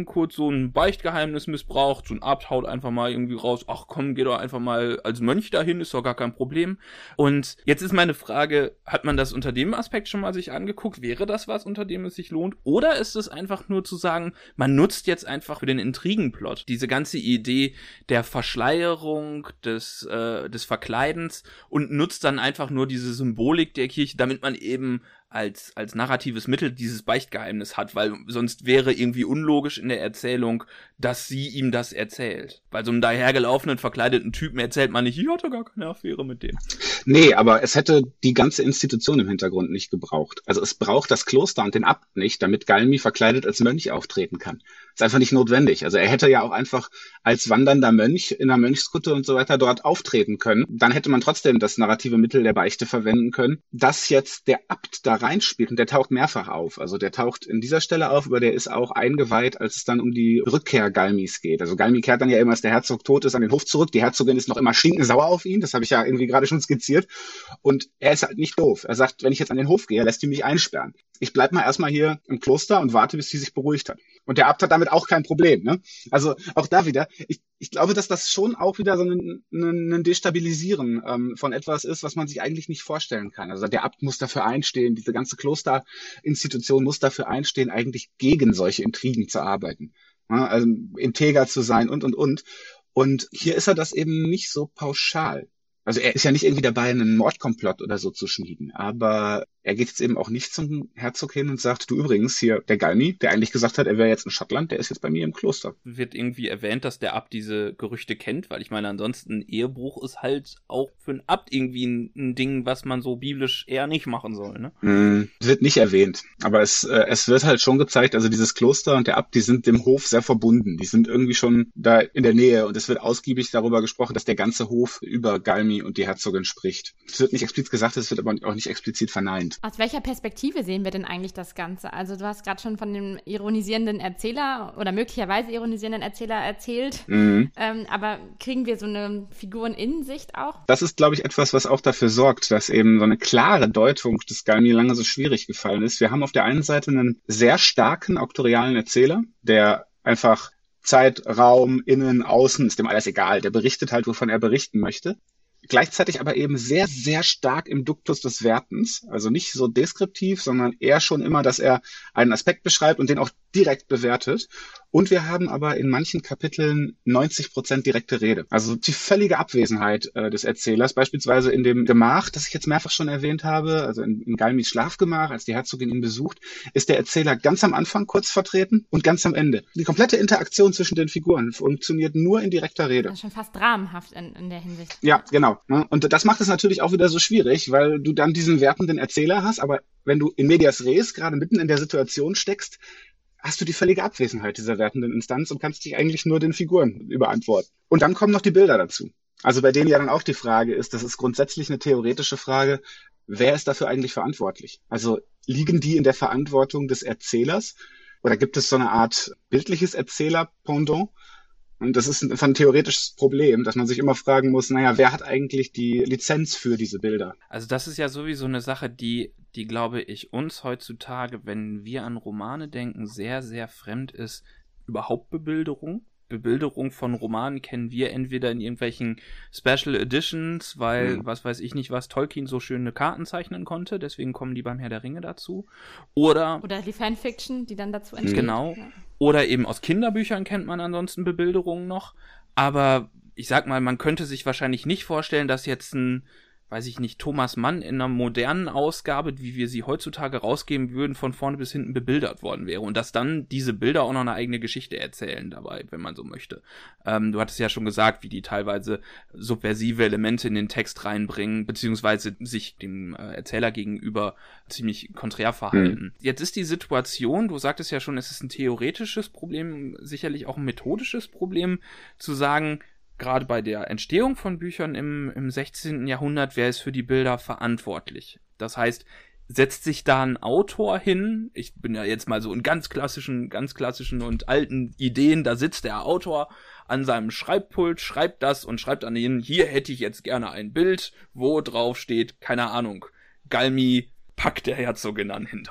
so ein Beichtgeheimnis missbraucht, so ein Abt haut einfach mal irgendwie raus, ach komm, geh doch einfach mal als Mönch dahin, ist doch gar kein Problem. Und jetzt ist meine Frage, hat man das unter dem Aspekt schon mal sich angeguckt? Wäre das was, unter dem es sich lohnt? Oder ist es einfach nur zu sagen, man nutzt jetzt einfach für den Intrigenplot diese ganze Idee der Verschleierung, des, äh, des Verkleidens und nutzt dann einfach nur diese Symbolik der Kirche, damit man eben als als narratives Mittel dieses Beichtgeheimnis hat, weil sonst wäre irgendwie unlogisch in der Erzählung, dass sie ihm das erzählt. Weil so einem dahergelaufenen, verkleideten Typen erzählt man nicht, ich hatte gar keine Affäre mit dem. Nee, aber es hätte die ganze Institution im Hintergrund nicht gebraucht. Also es braucht das Kloster und den Abt nicht, damit Galmi verkleidet als Mönch auftreten kann. Ist einfach nicht notwendig. Also er hätte ja auch einfach als wandernder Mönch in einer Mönchskutte und so weiter dort auftreten können. Dann hätte man trotzdem das narrative Mittel der Beichte verwenden können. Dass jetzt der Abt da reinspielt und der taucht mehrfach auf. Also der taucht in dieser Stelle auf, aber der ist auch eingeweiht, als es dann um die Rückkehr Galmis geht. Also Galmi kehrt dann ja immer, als der Herzog tot ist, an den Hof zurück. Die Herzogin ist noch immer stinkensauer auf ihn. Das habe ich ja irgendwie gerade schon skizziert. Und er ist halt nicht doof. Er sagt, wenn ich jetzt an den Hof gehe, lässt die mich einsperren. Ich bleib mal erstmal hier im Kloster und warte, bis sie sich beruhigt hat. Und der Abt hat damit auch kein Problem, ne? Also auch da wieder, ich, ich glaube, dass das schon auch wieder so ein, ein, ein Destabilisieren ähm, von etwas ist, was man sich eigentlich nicht vorstellen kann. Also der Abt muss dafür einstehen, diese ganze Klosterinstitution muss dafür einstehen, eigentlich gegen solche Intrigen zu arbeiten. Ja, also integer zu sein und, und, und. Und hier ist er das eben nicht so pauschal. Also er ist ja nicht irgendwie dabei, einen Mordkomplott oder so zu schmieden, aber er geht jetzt eben auch nicht zum Herzog hin und sagt, du übrigens, hier der Galmi, der eigentlich gesagt hat, er wäre jetzt in Schottland, der ist jetzt bei mir im Kloster. Wird irgendwie erwähnt, dass der Abt diese Gerüchte kennt, weil ich meine, ansonsten Ehebruch ist halt auch für einen Abt irgendwie ein, ein Ding, was man so biblisch eher nicht machen soll, ne? Mm, wird nicht erwähnt, aber es, äh, es wird halt schon gezeigt, also dieses Kloster und der Abt, die sind dem Hof sehr verbunden, die sind irgendwie schon da in der Nähe und es wird ausgiebig darüber gesprochen, dass der ganze Hof über Galmi und die Herzogin spricht. Es wird nicht explizit gesagt, es wird aber auch nicht explizit verneint. Aus welcher Perspektive sehen wir denn eigentlich das Ganze? Also du hast gerade schon von dem ironisierenden Erzähler oder möglicherweise ironisierenden Erzähler erzählt, mhm. ähm, aber kriegen wir so eine Figureninnensicht auch? Das ist, glaube ich, etwas, was auch dafür sorgt, dass eben so eine klare Deutung des Galmi lange so schwierig gefallen ist. Wir haben auf der einen Seite einen sehr starken auktorialen Erzähler, der einfach Zeit, Raum, Innen, Außen, ist dem alles egal. Der berichtet halt, wovon er berichten möchte. Gleichzeitig aber eben sehr, sehr stark im Duktus des Wertens, also nicht so deskriptiv, sondern eher schon immer, dass er einen Aspekt beschreibt und den auch direkt bewertet. Und wir haben aber in manchen Kapiteln neunzig Prozent direkte Rede. Also die völlige Abwesenheit äh, des Erzählers, beispielsweise in dem Gemach, das ich jetzt mehrfach schon erwähnt habe, also in, in Galmis Schlafgemach, als die Herzogin ihn besucht, ist der Erzähler ganz am Anfang kurz vertreten und ganz am Ende. Die komplette Interaktion zwischen den Figuren funktioniert nur in direkter Rede. Das ist schon fast dramenhaft in, in der Hinsicht. Ja, genau. Und das macht es natürlich auch wieder so schwierig, weil du dann diesen wertenden Erzähler hast, aber wenn du in medias res gerade mitten in der Situation steckst, hast du die völlige Abwesenheit dieser wertenden Instanz und kannst dich eigentlich nur den Figuren überantworten. Und dann kommen noch die Bilder dazu. Also bei denen ja dann auch die Frage ist, das ist grundsätzlich eine theoretische Frage, wer ist dafür eigentlich verantwortlich? Also liegen die in der Verantwortung des Erzählers oder gibt es so eine Art bildliches Erzähler-Pendant? Und das ist ein theoretisches Problem, dass man sich immer fragen muss, naja, wer hat eigentlich die Lizenz für diese Bilder? Also das ist ja sowieso eine Sache, die, die glaube ich, uns heutzutage, wenn wir an Romane denken, sehr, sehr fremd ist. Überhaupt Bebilderung. Bebilderung von Romanen kennen wir entweder in irgendwelchen Special Editions, weil, mhm. was weiß ich nicht, was Tolkien so schöne Karten zeichnen konnte, deswegen kommen die beim Herr der Ringe dazu. Oder Oder die Fanfiction, die dann dazu entsteht. Genau. Ja. Oder eben aus Kinderbüchern kennt man ansonsten Bebilderungen noch. Aber ich sag mal, man könnte sich wahrscheinlich nicht vorstellen, dass jetzt ein, weiß ich nicht, Thomas Mann in einer modernen Ausgabe, wie wir sie heutzutage rausgeben würden, von vorne bis hinten bebildert worden wäre. Und dass dann diese Bilder auch noch eine eigene Geschichte erzählen dabei, wenn man so möchte. Ähm, du hattest ja schon gesagt, wie die teilweise subversive Elemente in den Text reinbringen, beziehungsweise sich dem äh, Erzähler gegenüber ziemlich konträr verhalten. Mhm. Jetzt ist die Situation, du sagtest ja schon, es ist ein theoretisches Problem, sicherlich auch ein methodisches Problem, zu sagen, gerade bei der Entstehung von Büchern im, im sechzehnten Jahrhundert, wer ist für die Bilder verantwortlich? Das heißt, setzt sich da ein Autor hin, ich bin ja jetzt mal so in ganz klassischen, ganz klassischen und alten Ideen, da sitzt der Autor an seinem Schreibpult, schreibt das und schreibt an ihn, hier hätte ich jetzt gerne ein Bild, wo drauf steht, keine Ahnung, Galmi packt der Herzogin an den Hintern.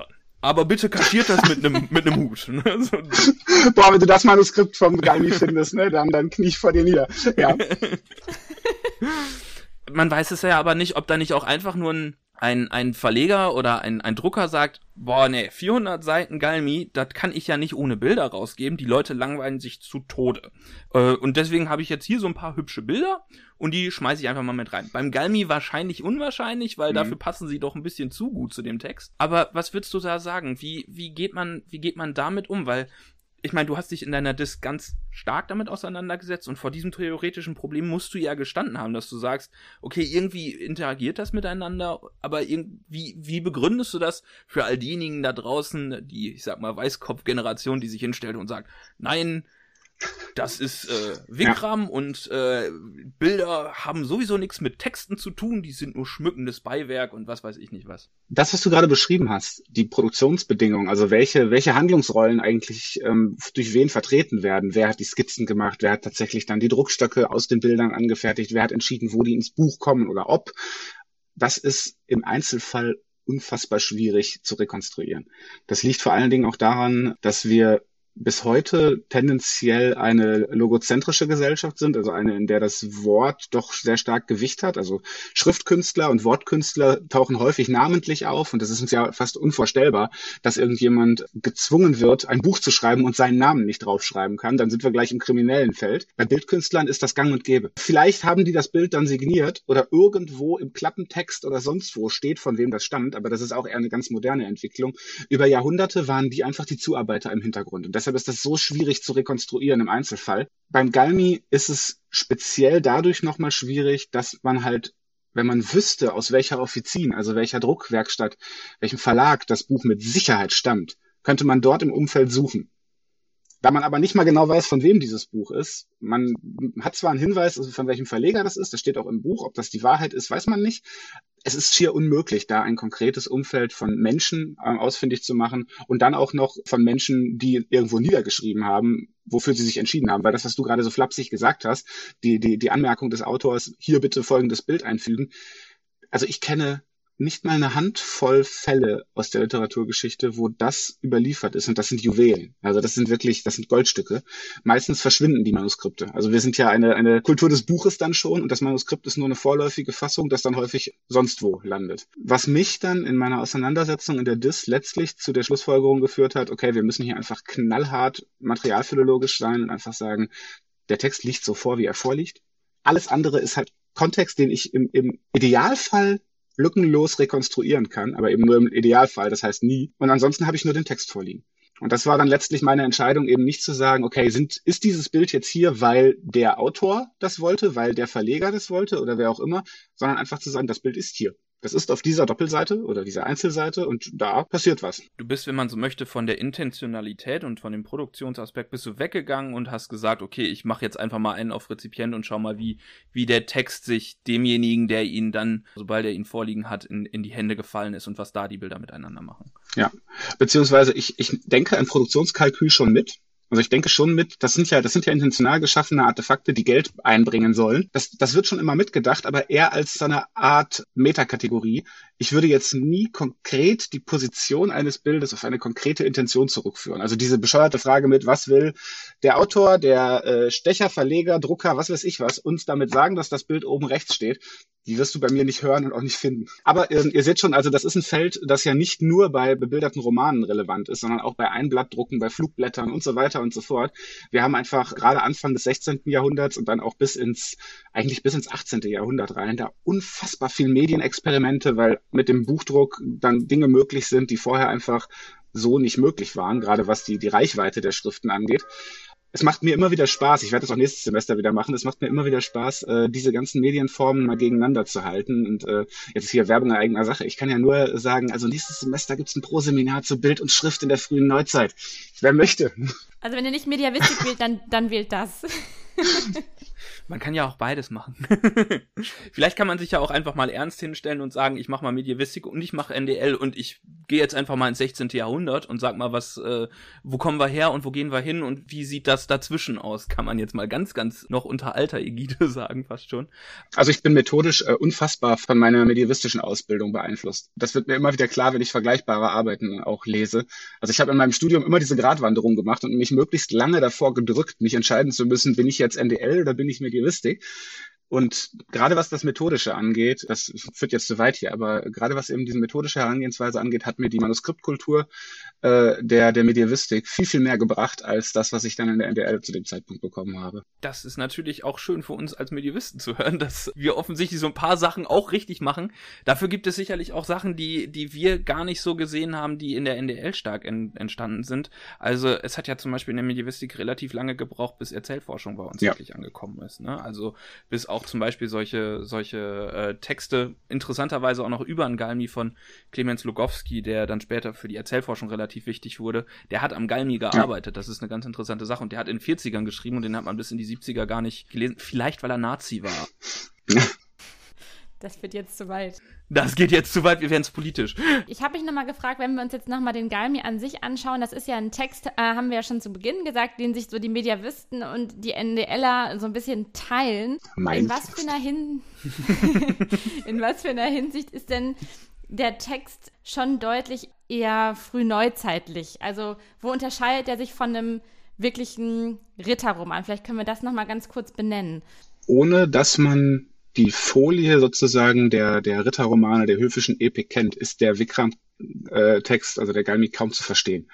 aber bitte kaschiert das mit einem mit einem Hut. Ne? So. Boah, wenn du das Manuskript vom Galmi findest, ne, dann, dann knie ich vor dir nieder. Ja. Man weiß es ja aber nicht, ob da nicht auch einfach nur ein Ein, ein Verleger oder ein, ein Drucker sagt, boah, nee, vierhundert Seiten Galmi, das kann ich ja nicht ohne Bilder rausgeben, die Leute langweilen sich zu Tode. Äh, und deswegen habe ich jetzt hier so ein paar hübsche Bilder und die schmeiße ich einfach mal mit rein. Beim Galmi wahrscheinlich unwahrscheinlich, weil mhm. dafür passen sie doch ein bisschen zu gut zu dem Text. Aber was würdest du da sagen? Wie, wie geht man, wie geht man damit um? Weil ich meine, du hast dich in deiner Disk ganz stark damit auseinandergesetzt und vor diesem theoretischen Problem musst du ja gestanden haben, dass du sagst, okay, irgendwie interagiert das miteinander, aber irgendwie, wie begründest du das für all diejenigen da draußen, die, ich sag mal, Weißkopf-Generation, die sich hinstellt und sagt, nein, das ist äh, Wikram ja. und äh, Bilder haben sowieso nichts mit Texten zu tun, die sind nur schmückendes Beiwerk und was weiß ich nicht was. Das, was du gerade beschrieben hast, die Produktionsbedingungen, also welche welche Handlungsrollen eigentlich ähm, durch wen vertreten werden, wer hat die Skizzen gemacht, wer hat tatsächlich dann die Druckstöcke aus den Bildern angefertigt, wer hat entschieden, wo die ins Buch kommen oder ob, das ist im Einzelfall unfassbar schwierig zu rekonstruieren. Das liegt vor allen Dingen auch daran, dass wir bis heute tendenziell eine logozentrische Gesellschaft sind, also eine, in der das Wort doch sehr stark Gewicht hat. Also Schriftkünstler und Wortkünstler tauchen häufig namentlich auf und es ist uns ja fast unvorstellbar, dass irgendjemand gezwungen wird, ein Buch zu schreiben und seinen Namen nicht draufschreiben kann. Dann sind wir gleich im kriminellen Feld. Bei Bildkünstlern ist das gang und gäbe. Vielleicht haben die das Bild dann signiert oder irgendwo im Klappentext oder sonst wo steht, von wem das stammt, aber das ist auch eher eine ganz moderne Entwicklung. Über Jahrhunderte waren die einfach die Zuarbeiter im Hintergrund. Und deshalb ist das so schwierig zu rekonstruieren im Einzelfall. Beim Galmi ist es speziell dadurch nochmal schwierig, dass man halt, wenn man wüsste, aus welcher Offizin, also welcher Druckwerkstatt, welchem Verlag das Buch mit Sicherheit stammt, könnte man dort im Umfeld suchen. Da man aber nicht mal genau weiß, von wem dieses Buch ist, man hat zwar einen Hinweis, also von welchem Verleger das ist, das steht auch im Buch, ob das die Wahrheit ist, weiß man nicht. Es ist schier unmöglich, da ein konkretes Umfeld von Menschen äh, ausfindig zu machen und dann auch noch von Menschen, die irgendwo niedergeschrieben haben, wofür sie sich entschieden haben. Weil das, was du gerade so flapsig gesagt hast, die, die, die Anmerkung des Autors, hier bitte folgendes Bild einfügen. Also ich kenne nicht mal eine Handvoll Fälle aus der Literaturgeschichte, wo das überliefert ist. Und das sind Juwelen. Also das sind wirklich, das sind Goldstücke. Meistens verschwinden die Manuskripte. Also wir sind ja eine, eine Kultur des Buches dann schon und das Manuskript ist nur eine vorläufige Fassung, das dann häufig sonst wo landet. Was mich dann in meiner Auseinandersetzung in der D I S letztlich zu der Schlussfolgerung geführt hat, okay, wir müssen hier einfach knallhart materialphilologisch sein und einfach sagen, der Text liegt so vor, wie er vorliegt. Alles andere ist halt Kontext, den ich im, im Idealfall lückenlos rekonstruieren kann, aber eben nur im Idealfall, das heißt nie. Und ansonsten habe ich nur den Text vorliegen. Und das war dann letztlich meine Entscheidung, eben nicht zu sagen, okay, sind, ist dieses Bild jetzt hier, weil der Autor das wollte, weil der Verleger das wollte oder wer auch immer, sondern einfach zu sagen, das Bild ist hier. Das ist auf dieser Doppelseite oder dieser Einzelseite und da passiert was. Du bist, wenn man so möchte, von der Intentionalität und von dem Produktionsaspekt bist du weggegangen und hast gesagt, okay, ich mache jetzt einfach mal einen auf Rezipient und schau mal, wie wie der Text sich demjenigen, der ihn dann, sobald er ihn vorliegen hat, in, in die Hände gefallen ist und was da die Bilder miteinander machen. Ja, beziehungsweise ich, ich denke ein Produktionskalkül schon mit. Also ich denke schon mit, das sind ja, das sind ja intentional geschaffene Artefakte, die Geld einbringen sollen. Das, das wird schon immer mitgedacht, aber eher als so eine Art Metakategorie. Ich würde jetzt nie konkret die Position eines Bildes auf eine konkrete Intention zurückführen. Also diese bescheuerte Frage mit, was will der Autor, der äh, Stecher, Verleger, Drucker, was weiß ich was, uns damit sagen, dass das Bild oben rechts steht, die wirst du bei mir nicht hören und auch nicht finden. Aber äh, ihr seht schon, also das ist ein Feld, das ja nicht nur bei bebilderten Romanen relevant ist, sondern auch bei Einblattdrucken, bei Flugblättern und so weiter und so fort. Wir haben einfach gerade Anfang des sechzehnten Jahrhunderts und dann auch bis ins, eigentlich bis ins achtzehnten Jahrhundert rein, da unfassbar viel Medienexperimente, weil mit dem Buchdruck dann Dinge möglich sind, die vorher einfach so nicht möglich waren, gerade was die, die Reichweite der Schriften angeht. Es macht mir immer wieder Spaß, ich werde das auch nächstes Semester wieder machen, es macht mir immer wieder Spaß, äh, diese ganzen Medienformen mal gegeneinander zu halten. Und äh, jetzt ist hier Werbung in eigener Sache. Ich kann ja nur sagen, also nächstes Semester gibt's ein Pro-Seminar zu Bild und Schrift in der frühen Neuzeit. Wer möchte? Also wenn ihr nicht Mediavistik wählt, dann, dann wählt das. Man kann ja auch beides machen. Vielleicht kann man sich ja auch einfach mal ernst hinstellen und sagen, ich mache mal Medievistik und ich mache N D L und ich gehe jetzt einfach mal ins sechzehnten. Jahrhundert und sag mal, was, äh, wo kommen wir her und wo gehen wir hin und wie sieht das dazwischen aus? Kann man jetzt mal ganz, ganz noch unter alter Ägide sagen, fast schon. Also ich bin methodisch äh, unfassbar von meiner medievistischen Ausbildung beeinflusst. Das wird mir immer wieder klar, wenn ich vergleichbare Arbeiten auch lese. Also ich habe in meinem Studium immer diese Gratwanderung gemacht und mich möglichst lange davor gedrückt, mich entscheiden zu müssen, bin ich jetzt N D L oder bin ich Medievistik? Und gerade was das Methodische angeht, das führt jetzt zu weit hier, aber gerade was eben diese methodische Herangehensweise angeht, hat mir die Manuskriptkultur äh, der der Medievistik viel, viel mehr gebracht, als das, was ich dann in der N D L zu dem Zeitpunkt bekommen habe. Das ist natürlich auch schön für uns als Medievisten zu hören, dass wir offensichtlich so ein paar Sachen auch richtig machen. Dafür gibt es sicherlich auch Sachen, die die wir gar nicht so gesehen haben, die in der N D L stark en, entstanden sind. Also es hat ja zum Beispiel in der Medievistik relativ lange gebraucht, bis Erzählforschung bei uns ja. wirklich angekommen ist. Ne? Also bis auch zum Beispiel solche solche äh, Texte, interessanterweise auch noch über einen Galmi von Clemens Lugowski, der dann später für die Erzählforschung relativ wichtig wurde, der hat am Galmi gearbeitet. Ja. Das ist eine ganz interessante Sache. Und der hat in den vierzigern geschrieben und den hat man bis in die siebziger gar nicht gelesen. Vielleicht, weil er Nazi war. Das wird jetzt zu weit. Das geht jetzt zu weit, wir werden es politisch. Ich habe mich nochmal gefragt, wenn wir uns jetzt nochmal den Galmi an sich anschauen, das ist ja ein Text, äh, haben wir ja schon zu Beginn gesagt, den sich so die Mediavisten und die NDLer so ein bisschen teilen. Mein in was für einer Hin- In was für einer Hinsicht ist denn der Text schon deutlich eher frühneuzeitlich? Also wo unterscheidet er sich von einem wirklichen Ritterroman? Vielleicht können wir das nochmal ganz kurz benennen. Ohne dass man die Folie sozusagen der der Ritterromane, der höfischen Epik kennt, ist der Vikram-Text, äh, also der Galmi, kaum zu verstehen.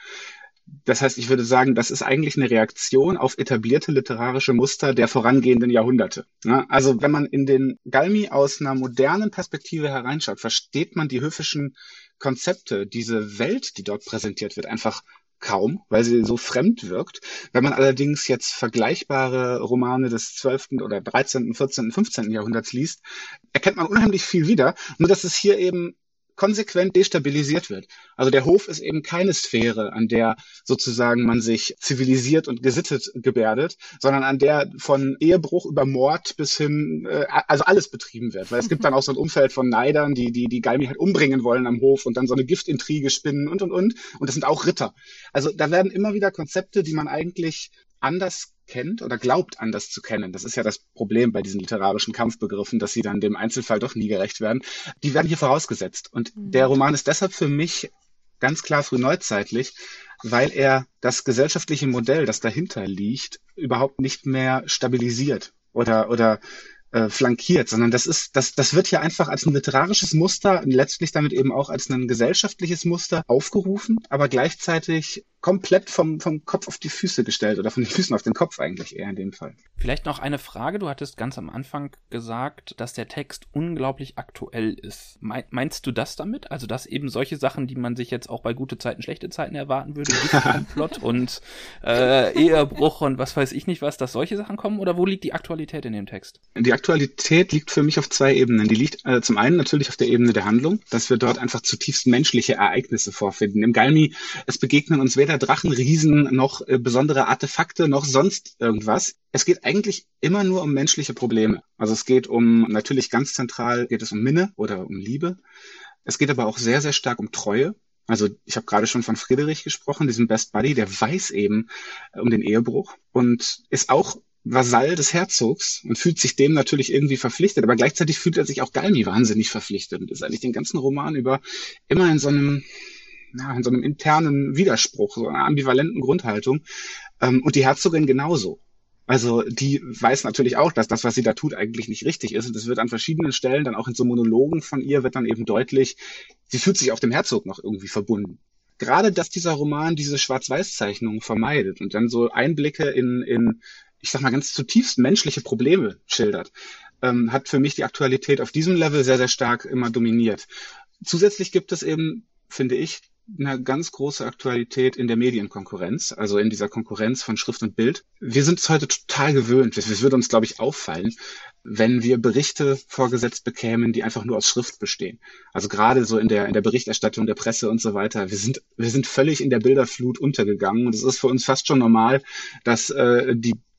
Das heißt, ich würde sagen, das ist eigentlich eine Reaktion auf etablierte literarische Muster der vorangehenden Jahrhunderte. Ja, also wenn man in den Galmi aus einer modernen Perspektive hereinschaut, versteht man die höfischen Konzepte, diese Welt, die dort präsentiert wird, einfach kaum, weil sie so fremd wirkt. Wenn man allerdings jetzt vergleichbare Romane des zwölften oder dreizehnten, vierzehnten, fünfzehnten Jahrhunderts liest, erkennt man unheimlich viel wieder, nur dass es hier eben konsequent destabilisiert wird. Also der Hof ist eben keine Sphäre, an der sozusagen man sich zivilisiert und gesittet gebärdet, sondern an der von Ehebruch über Mord bis hin, äh, also alles betrieben wird. Weil es gibt dann auch so ein Umfeld von Neidern, die die die Galmi halt umbringen wollen am Hof und dann so eine Giftintrige spinnen und und und. Und das sind auch Ritter. Also da werden immer wieder Konzepte, die man eigentlich anders kennt oder glaubt anders zu kennen. Das ist ja das Problem bei diesen literarischen Kampfbegriffen, dass sie dann dem Einzelfall doch nie gerecht werden. Die werden hier vorausgesetzt. Und mhm. der Roman ist deshalb für mich ganz klar frühneuzeitlich, weil er das gesellschaftliche Modell, das dahinter liegt, überhaupt nicht mehr stabilisiert oder oder äh, flankiert, sondern das ist, das, das wird hier einfach als ein literarisches Muster, letztlich damit eben auch als ein gesellschaftliches Muster aufgerufen, aber gleichzeitig komplett vom, vom Kopf auf die Füße gestellt oder von den Füßen auf den Kopf eigentlich eher in dem Fall. Vielleicht noch eine Frage. Du hattest ganz am Anfang gesagt, dass der Text unglaublich aktuell ist. Meinst du das damit? Also, dass eben solche Sachen, die man sich jetzt auch bei gute Zeiten, schlechte Zeiten erwarten würde, Giftkomplott und äh, Ehebruch und was weiß ich nicht was, dass solche Sachen kommen? Oder wo liegt die Aktualität in dem Text? Die Aktualität liegt für mich auf zwei Ebenen. Die liegt äh, zum einen natürlich auf der Ebene der Handlung, dass wir dort einfach zutiefst menschliche Ereignisse vorfinden. Im Galmi, es begegnen uns weder Drachen, Riesen, noch äh, besondere Artefakte, noch sonst irgendwas. Es geht eigentlich immer nur um menschliche Probleme. Also es geht um, natürlich ganz zentral geht es um Minne oder um Liebe. Es geht aber auch sehr, sehr stark um Treue. Also ich habe gerade schon von Friedrich gesprochen, diesem Best Buddy, der weiß eben äh, um den Ehebruch und ist auch Vasall des Herzogs und fühlt sich dem natürlich irgendwie verpflichtet, aber gleichzeitig fühlt er sich auch Galmi wahnsinnig verpflichtet und ist eigentlich den ganzen Roman über immer in so einem Ja, in so einem internen Widerspruch, so einer ambivalenten Grundhaltung. Ähm, und die Herzogin genauso. Also die weiß natürlich auch, dass das, was sie da tut, eigentlich nicht richtig ist. Und es wird an verschiedenen Stellen, dann auch in so Monologen von ihr, wird dann eben deutlich, sie fühlt sich auch dem Herzog noch irgendwie verbunden. Gerade, dass dieser Roman diese Schwarz-Weiß-Zeichnungen vermeidet und dann so Einblicke in, in, ich sag mal, ganz zutiefst menschliche Probleme schildert, ähm, hat für mich die Aktualität auf diesem Level sehr, sehr stark immer dominiert. Zusätzlich gibt es eben, finde ich, eine ganz große Aktualität in der Medienkonkurrenz, also in dieser Konkurrenz von Schrift und Bild. Wir sind es heute total gewöhnt. Es würde uns, glaube ich, auffallen, wenn wir Berichte vorgesetzt bekämen, die einfach nur aus Schrift bestehen. Also gerade so in der in der Berichterstattung der Presse und so weiter. Wir sind wir sind völlig in der Bilderflut untergegangen und es ist für uns fast schon normal, dass äh, die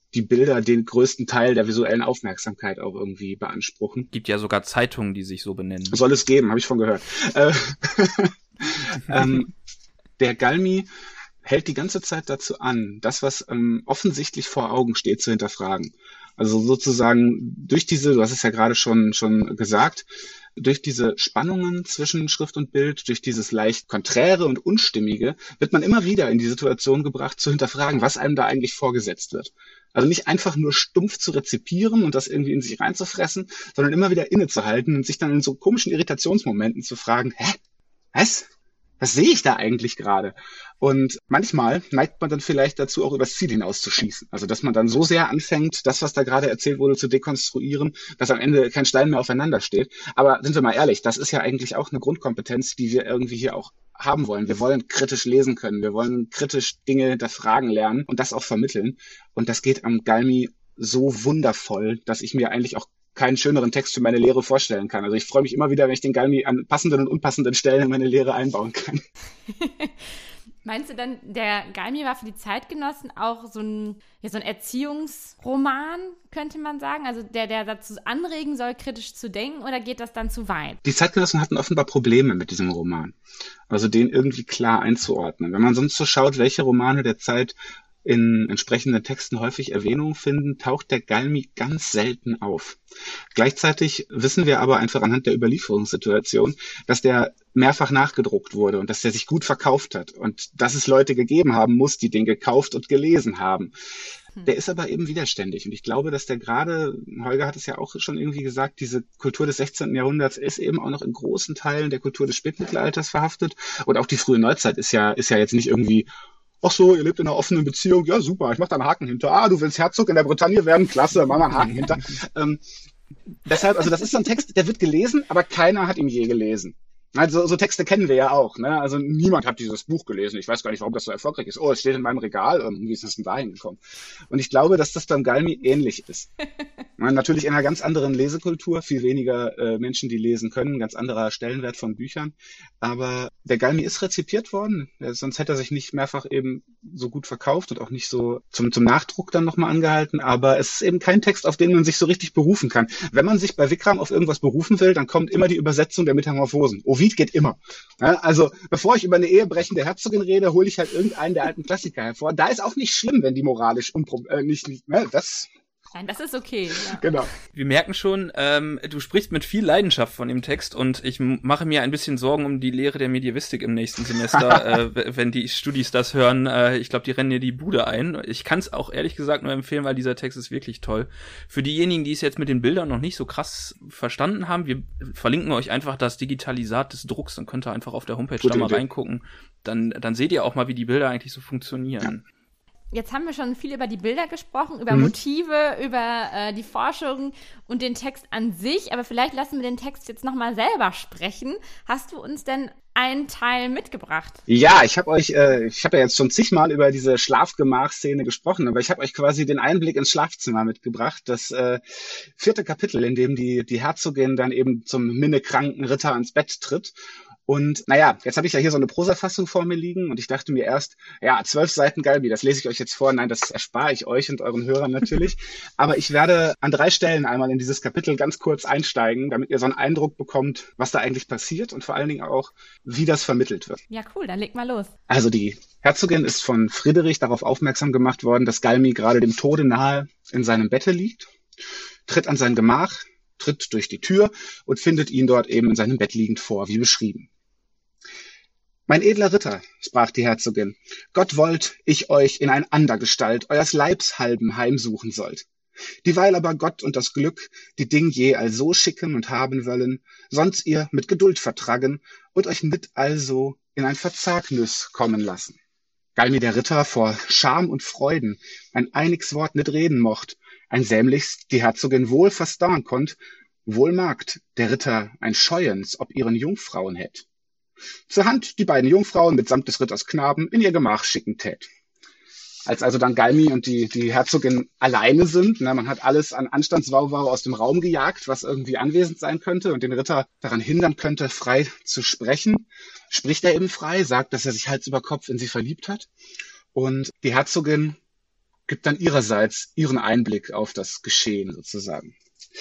die Bilder den größten Teil der visuellen Aufmerksamkeit auch irgendwie beanspruchen. Gibt ja sogar Zeitungen, die sich so benennen. Soll es geben, habe ich von gehört. Äh, ähm, der Galmi hält die ganze Zeit dazu an, das, was ähm, offensichtlich vor Augen steht, zu hinterfragen. Also sozusagen durch diese, du hast es ja gerade schon schon gesagt, durch diese Spannungen zwischen Schrift und Bild, durch dieses leicht Konträre und Unstimmige, wird man immer wieder in die Situation gebracht, zu hinterfragen, was einem da eigentlich vorgesetzt wird. Also nicht einfach nur stumpf zu rezipieren und das irgendwie in sich reinzufressen, sondern immer wieder innezuhalten und sich dann in so komischen Irritationsmomenten zu fragen, hä, was? Was sehe ich da eigentlich gerade? Und manchmal neigt man dann vielleicht dazu, auch übers Ziel hinauszuschießen. Also dass man dann so sehr anfängt, das, was da gerade erzählt wurde, zu dekonstruieren, dass am Ende kein Stein mehr aufeinander steht. Aber sind wir mal ehrlich, das ist ja eigentlich auch eine Grundkompetenz, die wir irgendwie hier auch haben wollen. Wir wollen kritisch lesen können, wir wollen kritisch Dinge hinterfragen lernen und das auch vermitteln. Und das geht am Galmi so wundervoll, dass ich mir eigentlich auch keinen schöneren Text für meine Lehre vorstellen kann. Also ich freue mich immer wieder, wenn ich den Galmi an passenden und unpassenden Stellen in meine Lehre einbauen kann. Meinst du dann, der Galmi war für die Zeitgenossen auch so ein, ja, so ein Erziehungsroman, könnte man sagen? Also der, der dazu anregen soll, kritisch zu denken, oder geht das dann zu weit? Die Zeitgenossen hatten offenbar Probleme mit diesem Roman. Also den irgendwie klar einzuordnen. Wenn man sonst so schaut, welche Romane der Zeit in entsprechenden Texten häufig Erwähnung finden, taucht der Galmi ganz selten auf. Gleichzeitig wissen wir aber einfach anhand der Überlieferungssituation, dass der mehrfach nachgedruckt wurde und dass der sich gut verkauft hat und dass es Leute gegeben haben muss, die den gekauft und gelesen haben. Hm. Der ist aber eben widerständig und ich glaube, dass der gerade, Holger hat es ja auch schon irgendwie gesagt, diese Kultur des sechzehnten. Jahrhunderts ist eben auch noch in großen Teilen der Kultur des Spätmittelalters verhaftet und auch die frühe Neuzeit ist ja, ist ja jetzt nicht irgendwie ach so, ihr lebt in einer offenen Beziehung, ja super, ich mach da einen Haken hinter. Ah, du willst Herzog in der Bretagne werden, klasse, mach mal einen Haken hinter. ähm, deshalb, also das ist so ein Text, der wird gelesen, aber keiner hat ihn je gelesen. Also so Texte kennen wir ja auch, ne? Also niemand hat dieses Buch gelesen. Ich weiß gar nicht, warum das so erfolgreich ist. Oh, es steht in meinem Regal. Wie ist das denn da hingekommen? Und ich glaube, dass das beim Galmi ähnlich ist. Man, natürlich in einer ganz anderen Lesekultur, viel weniger äh, Menschen, die lesen können, ganz anderer Stellenwert von Büchern. Aber der Galmi ist rezipiert worden. Ja, sonst hätte er sich nicht mehrfach eben so gut verkauft und auch nicht so zum, zum Nachdruck dann nochmal angehalten. Aber es ist eben kein Text, auf den man sich so richtig berufen kann. Wenn man sich bei Vikram auf irgendwas berufen will, dann kommt immer die Übersetzung der Metamorphosen. Ovid geht immer. Ja, also bevor ich über eine ehebrechende Herzogin rede, hole ich halt irgendeinen der alten Klassiker hervor. Da ist auch nicht schlimm, wenn die moralisch unpro- äh, nicht, nicht ne, das... Nein, das ist okay. Ja. Genau. Wir merken schon, ähm, du sprichst mit viel Leidenschaft von dem Text und ich m- mache mir ein bisschen Sorgen um die Lehre der Medievistik im nächsten Semester, äh, w- wenn die Studis das hören. Äh, ich glaube, die rennen dir die Bude ein. Ich kann es auch ehrlich gesagt nur empfehlen, weil dieser Text ist wirklich toll. Für diejenigen, die es jetzt mit den Bildern noch nicht so krass verstanden haben, wir verlinken euch einfach das Digitalisat des Drucks, dann könnt ihr einfach auf der Homepage Gute da mal Idee. reingucken. Dann, dann seht ihr auch mal, wie die Bilder eigentlich so funktionieren. Ja. Jetzt haben wir schon viel über die Bilder gesprochen, über Mhm. Motive, über äh, die Forschung und den Text an sich. Aber vielleicht lassen wir den Text jetzt nochmal selber sprechen. Hast du uns denn einen Teil mitgebracht? Ja, ich habe euch, äh, ich habe ja jetzt schon zigmal über diese Schlafgemach-Szene gesprochen, aber ich habe euch quasi den Einblick ins Schlafzimmer mitgebracht. Das äh, vierte Kapitel, in dem die, die Herzogin dann eben zum minnekranken Ritter ans Bett tritt. Und naja, jetzt habe ich ja hier so eine Prosafassung vor mir liegen und ich dachte mir erst, ja, zwölf Seiten Galmi, das lese ich euch jetzt vor. Nein, das erspare ich euch und euren Hörern natürlich. Aber ich werde an drei Stellen einmal in dieses Kapitel ganz kurz einsteigen, damit ihr so einen Eindruck bekommt, was da eigentlich passiert und vor allen Dingen auch, wie das vermittelt wird. Ja, cool, dann leg mal los. Also die Herzogin ist von Friedrich darauf aufmerksam gemacht worden, dass Galmi gerade dem Tode nahe in seinem Bette liegt, tritt an sein Gemach, tritt durch die Tür und findet ihn dort eben in seinem Bett liegend vor, wie beschrieben. Mein edler Ritter, sprach die Herzogin, Gott wollt, ich euch in ein ander Gestalt eures Leibs halben heimsuchen sollt. Dieweil aber Gott und das Glück die Ding je also schicken und haben wollen, sonst ihr mit Geduld vertragen und euch mit also in ein Verzagnüss kommen lassen. Galmi der Ritter vor Scham und Freuden ein einigs Wort nicht reden mocht, ein sämlichst die Herzogin wohl verstahen konnt, wohl magt der Ritter ein Scheuens, ob ihren Jungfrauen hätt. Zur Hand die beiden Jungfrauen mitsamt des Ritters Knaben in ihr Gemach schicken tät. Als also dann Galmi und die, die Herzogin alleine sind, ne, man hat alles an Anstandswauwau aus dem Raum gejagt, was irgendwie anwesend sein könnte und den Ritter daran hindern könnte, frei zu sprechen, spricht er eben frei, sagt, dass er sich Hals über Kopf in sie verliebt hat. Und die Herzogin gibt dann ihrerseits ihren Einblick auf das Geschehen sozusagen.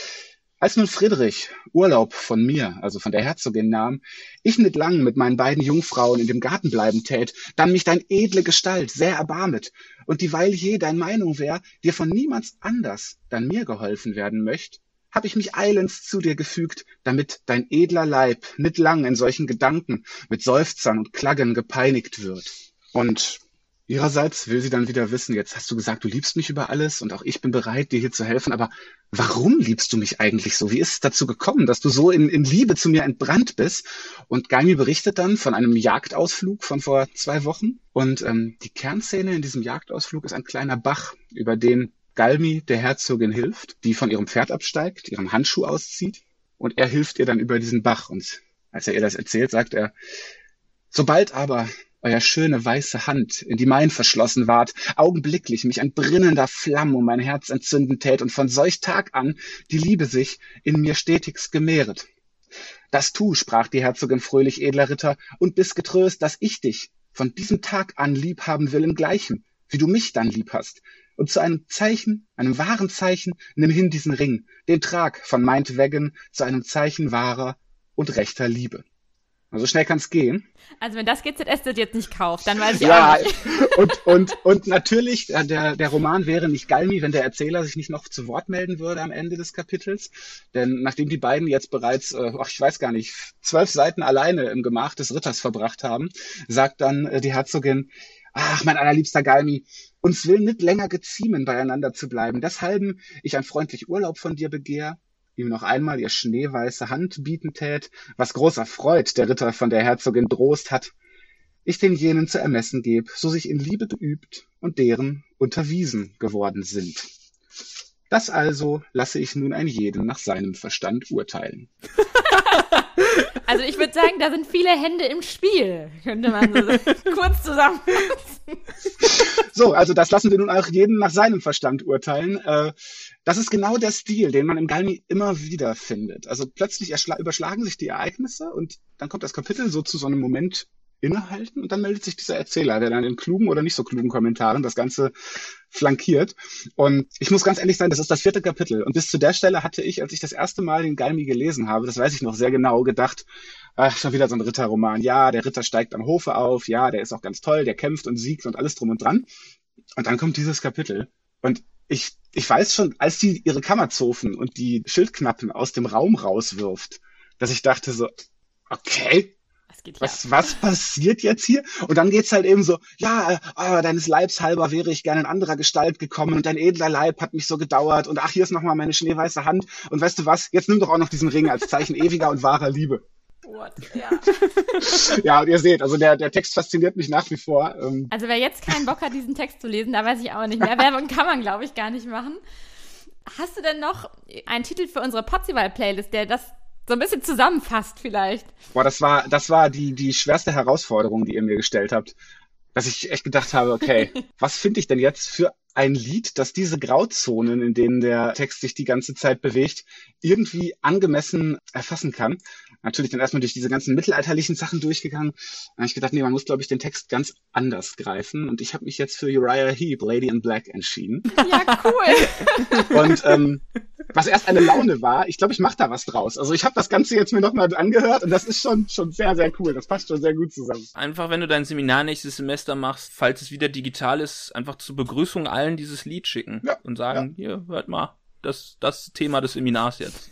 Als nun Friedrich Urlaub von mir, also von der Herzogin, nahm, ich nicht lang mit meinen beiden Jungfrauen in dem Garten bleiben tät, dann mich dein edle Gestalt sehr erbarmet, und dieweil je dein Meinung wär, dir von niemands anders dann mir geholfen werden möcht, hab ich mich eilends zu dir gefügt, damit dein edler Leib nicht lang in solchen Gedanken mit Seufzern und Klaggen gepeinigt wird. Und ihrerseits will sie dann wieder wissen, jetzt hast du gesagt, du liebst mich über alles und auch ich bin bereit, dir hier zu helfen, aber warum liebst du mich eigentlich so? Wie ist es dazu gekommen, dass du so in, in Liebe zu mir entbrannt bist? Und Galmi berichtet dann von einem Jagdausflug von vor zwei Wochen. Und ähm, die Kernszene in diesem Jagdausflug ist ein kleiner Bach, über den Galmi der Herzogin hilft, die von ihrem Pferd absteigt, ihren Handschuh auszieht. Und er hilft ihr dann über diesen Bach. Und als er ihr das erzählt, sagt er, sobald aber euer schöne weiße Hand in die mein verschlossen ward, augenblicklich mich ein brennender Flamm um mein Herz entzünden tät und von solch Tag an die Liebe sich in mir stetigs gemehret. Das tu, sprach die Herzogin fröhlich, edler Ritter, und bist getröst, dass ich dich von diesem Tag an lieb haben will im Gleichen, wie du mich dann lieb hast. Und zu einem Zeichen, einem wahren Zeichen, nimm hin diesen Ring, den trag von meinetwegen zu einem Zeichen wahrer und rechter Liebe. Also schnell kann's gehen. Also wenn das G Z S das jetzt nicht kauft, dann weiß ich ja, auch nicht. und, und, und natürlich, der, der Roman wäre nicht Galmi, wenn der Erzähler sich nicht noch zu Wort melden würde am Ende des Kapitels. Denn nachdem die beiden jetzt bereits, äh, ach, ich weiß gar nicht, zwölf Seiten alleine im Gemach des Ritters verbracht haben, sagt dann äh, die Herzogin, ach, mein allerliebster Galmi, uns will nicht länger geziemen, beieinander zu bleiben. Deshalben ich ein freundlich Urlaub von dir begehr, ihm noch einmal ihr schneeweiße Hand bieten tät, was großer Freud der Ritter von der Herzogin Drost hat, ich den jenen zu ermessen geb, so sich in Liebe geübt und deren unterwiesen geworden sind. Das also lasse ich nun ein jeden nach seinem Verstand urteilen. Also ich würde sagen, da sind viele Hände im Spiel, könnte man so kurz zusammenfassen. So, also das lassen wir nun auch jeden nach seinem Verstand urteilen. Äh, das ist genau der Stil, den man im Galmi immer wieder findet. Also plötzlich erschla- überschlagen sich die Ereignisse und dann kommt das Kapitel so zu so einem Moment innehalten und dann meldet sich dieser Erzähler, der dann in klugen oder nicht so klugen Kommentaren das Ganze flankiert. Und ich muss ganz ehrlich sein, das ist das vierte Kapitel. Und bis zu der Stelle hatte ich, als ich das erste Mal den Galmi gelesen habe, das weiß ich noch sehr genau, gedacht, ach, schon wieder so ein Ritterroman. Ja, der Ritter steigt am Hofe auf. Ja, der ist auch ganz toll. Der kämpft und siegt und alles drum und dran. Und dann kommt dieses Kapitel. Und ich, ich weiß schon, als die ihre Kammerzofen und die Schildknappen aus dem Raum rauswirft, dass ich dachte so, okay, Was, was passiert jetzt hier? Und dann geht's halt eben so, ja, äh, oh, deines Leibs halber wäre ich gerne in anderer Gestalt gekommen und dein edler Leib hat mich so gedauert und ach, hier ist nochmal meine schneeweiße Hand und weißt du was, jetzt nimm doch auch noch diesen Ring als Zeichen ewiger und wahrer Liebe. What? Ja. Ja, und ihr seht, also der, der Text fasziniert mich nach wie vor. Ähm. Also wer jetzt keinen Bock hat, diesen Text zu lesen, da weiß ich auch nicht mehr. Werbung kann man, glaube ich, gar nicht machen. Hast du denn noch einen Titel für unsere Potzival-Playlist, der das so ein bisschen zusammenfasst vielleicht? Boah, das war, das war die, die schwerste Herausforderung, die ihr mir gestellt habt. Dass ich echt gedacht habe, okay, was finde ich denn jetzt für ein Lied, das diese Grauzonen, in denen der Text sich die ganze Zeit bewegt, irgendwie angemessen erfassen kann. Natürlich dann erstmal durch diese ganzen mittelalterlichen Sachen durchgegangen. Da habe ich gedacht, nee, man muss, glaube ich, den Text ganz anders greifen. Und ich habe mich jetzt für Uriah Heep, Lady in Black, entschieden. Ja, cool. Und ähm, was erst eine Laune war, ich glaube, ich mache da was draus. Also ich habe das Ganze jetzt mir nochmal angehört und das ist schon schon sehr, sehr cool. Das passt schon sehr gut zusammen. Einfach, wenn du dein Seminar nächstes Semester machst, falls es wieder digital ist, einfach zur Begrüßung allen dieses Lied schicken. Ja, und sagen, ja. Hier, hört mal, das, das Thema des Seminars jetzt.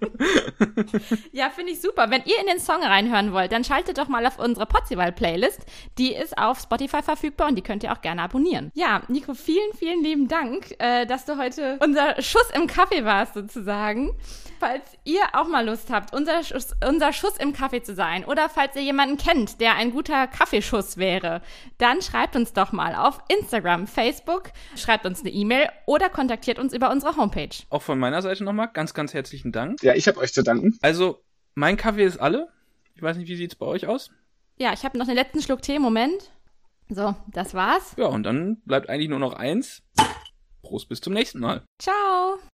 Ja, finde ich super. Wenn ihr in den Song reinhören wollt, dann schaltet doch mal auf unsere Potzival-Playlist. Die ist auf Spotify verfügbar und die könnt ihr auch gerne abonnieren. Ja, Nico, vielen, vielen lieben Dank, äh, dass du heute unser Schuss im Kaffee warst, sozusagen. Falls ihr auch mal Lust habt, unser Schuss, unser Schuss im Kaffee zu sein oder falls ihr jemanden kennt, der ein guter Kaffeeschuss wäre, dann schreibt uns doch mal auf Instagram, Facebook, schreibt uns eine E-Mail oder kontaktiert uns über unsere Homepage. Auch von meiner Seite nochmal ganz, ganz herzlichen Dank. Ja, ich habe euch zu danken. Also, mein Kaffee ist alle. Ich weiß nicht, wie sieht's bei euch aus? Ja, ich habe noch den letzten Schluck Tee. Moment. So, das war's. Ja, und dann bleibt eigentlich nur noch eins. Prost, bis zum nächsten Mal. Ciao.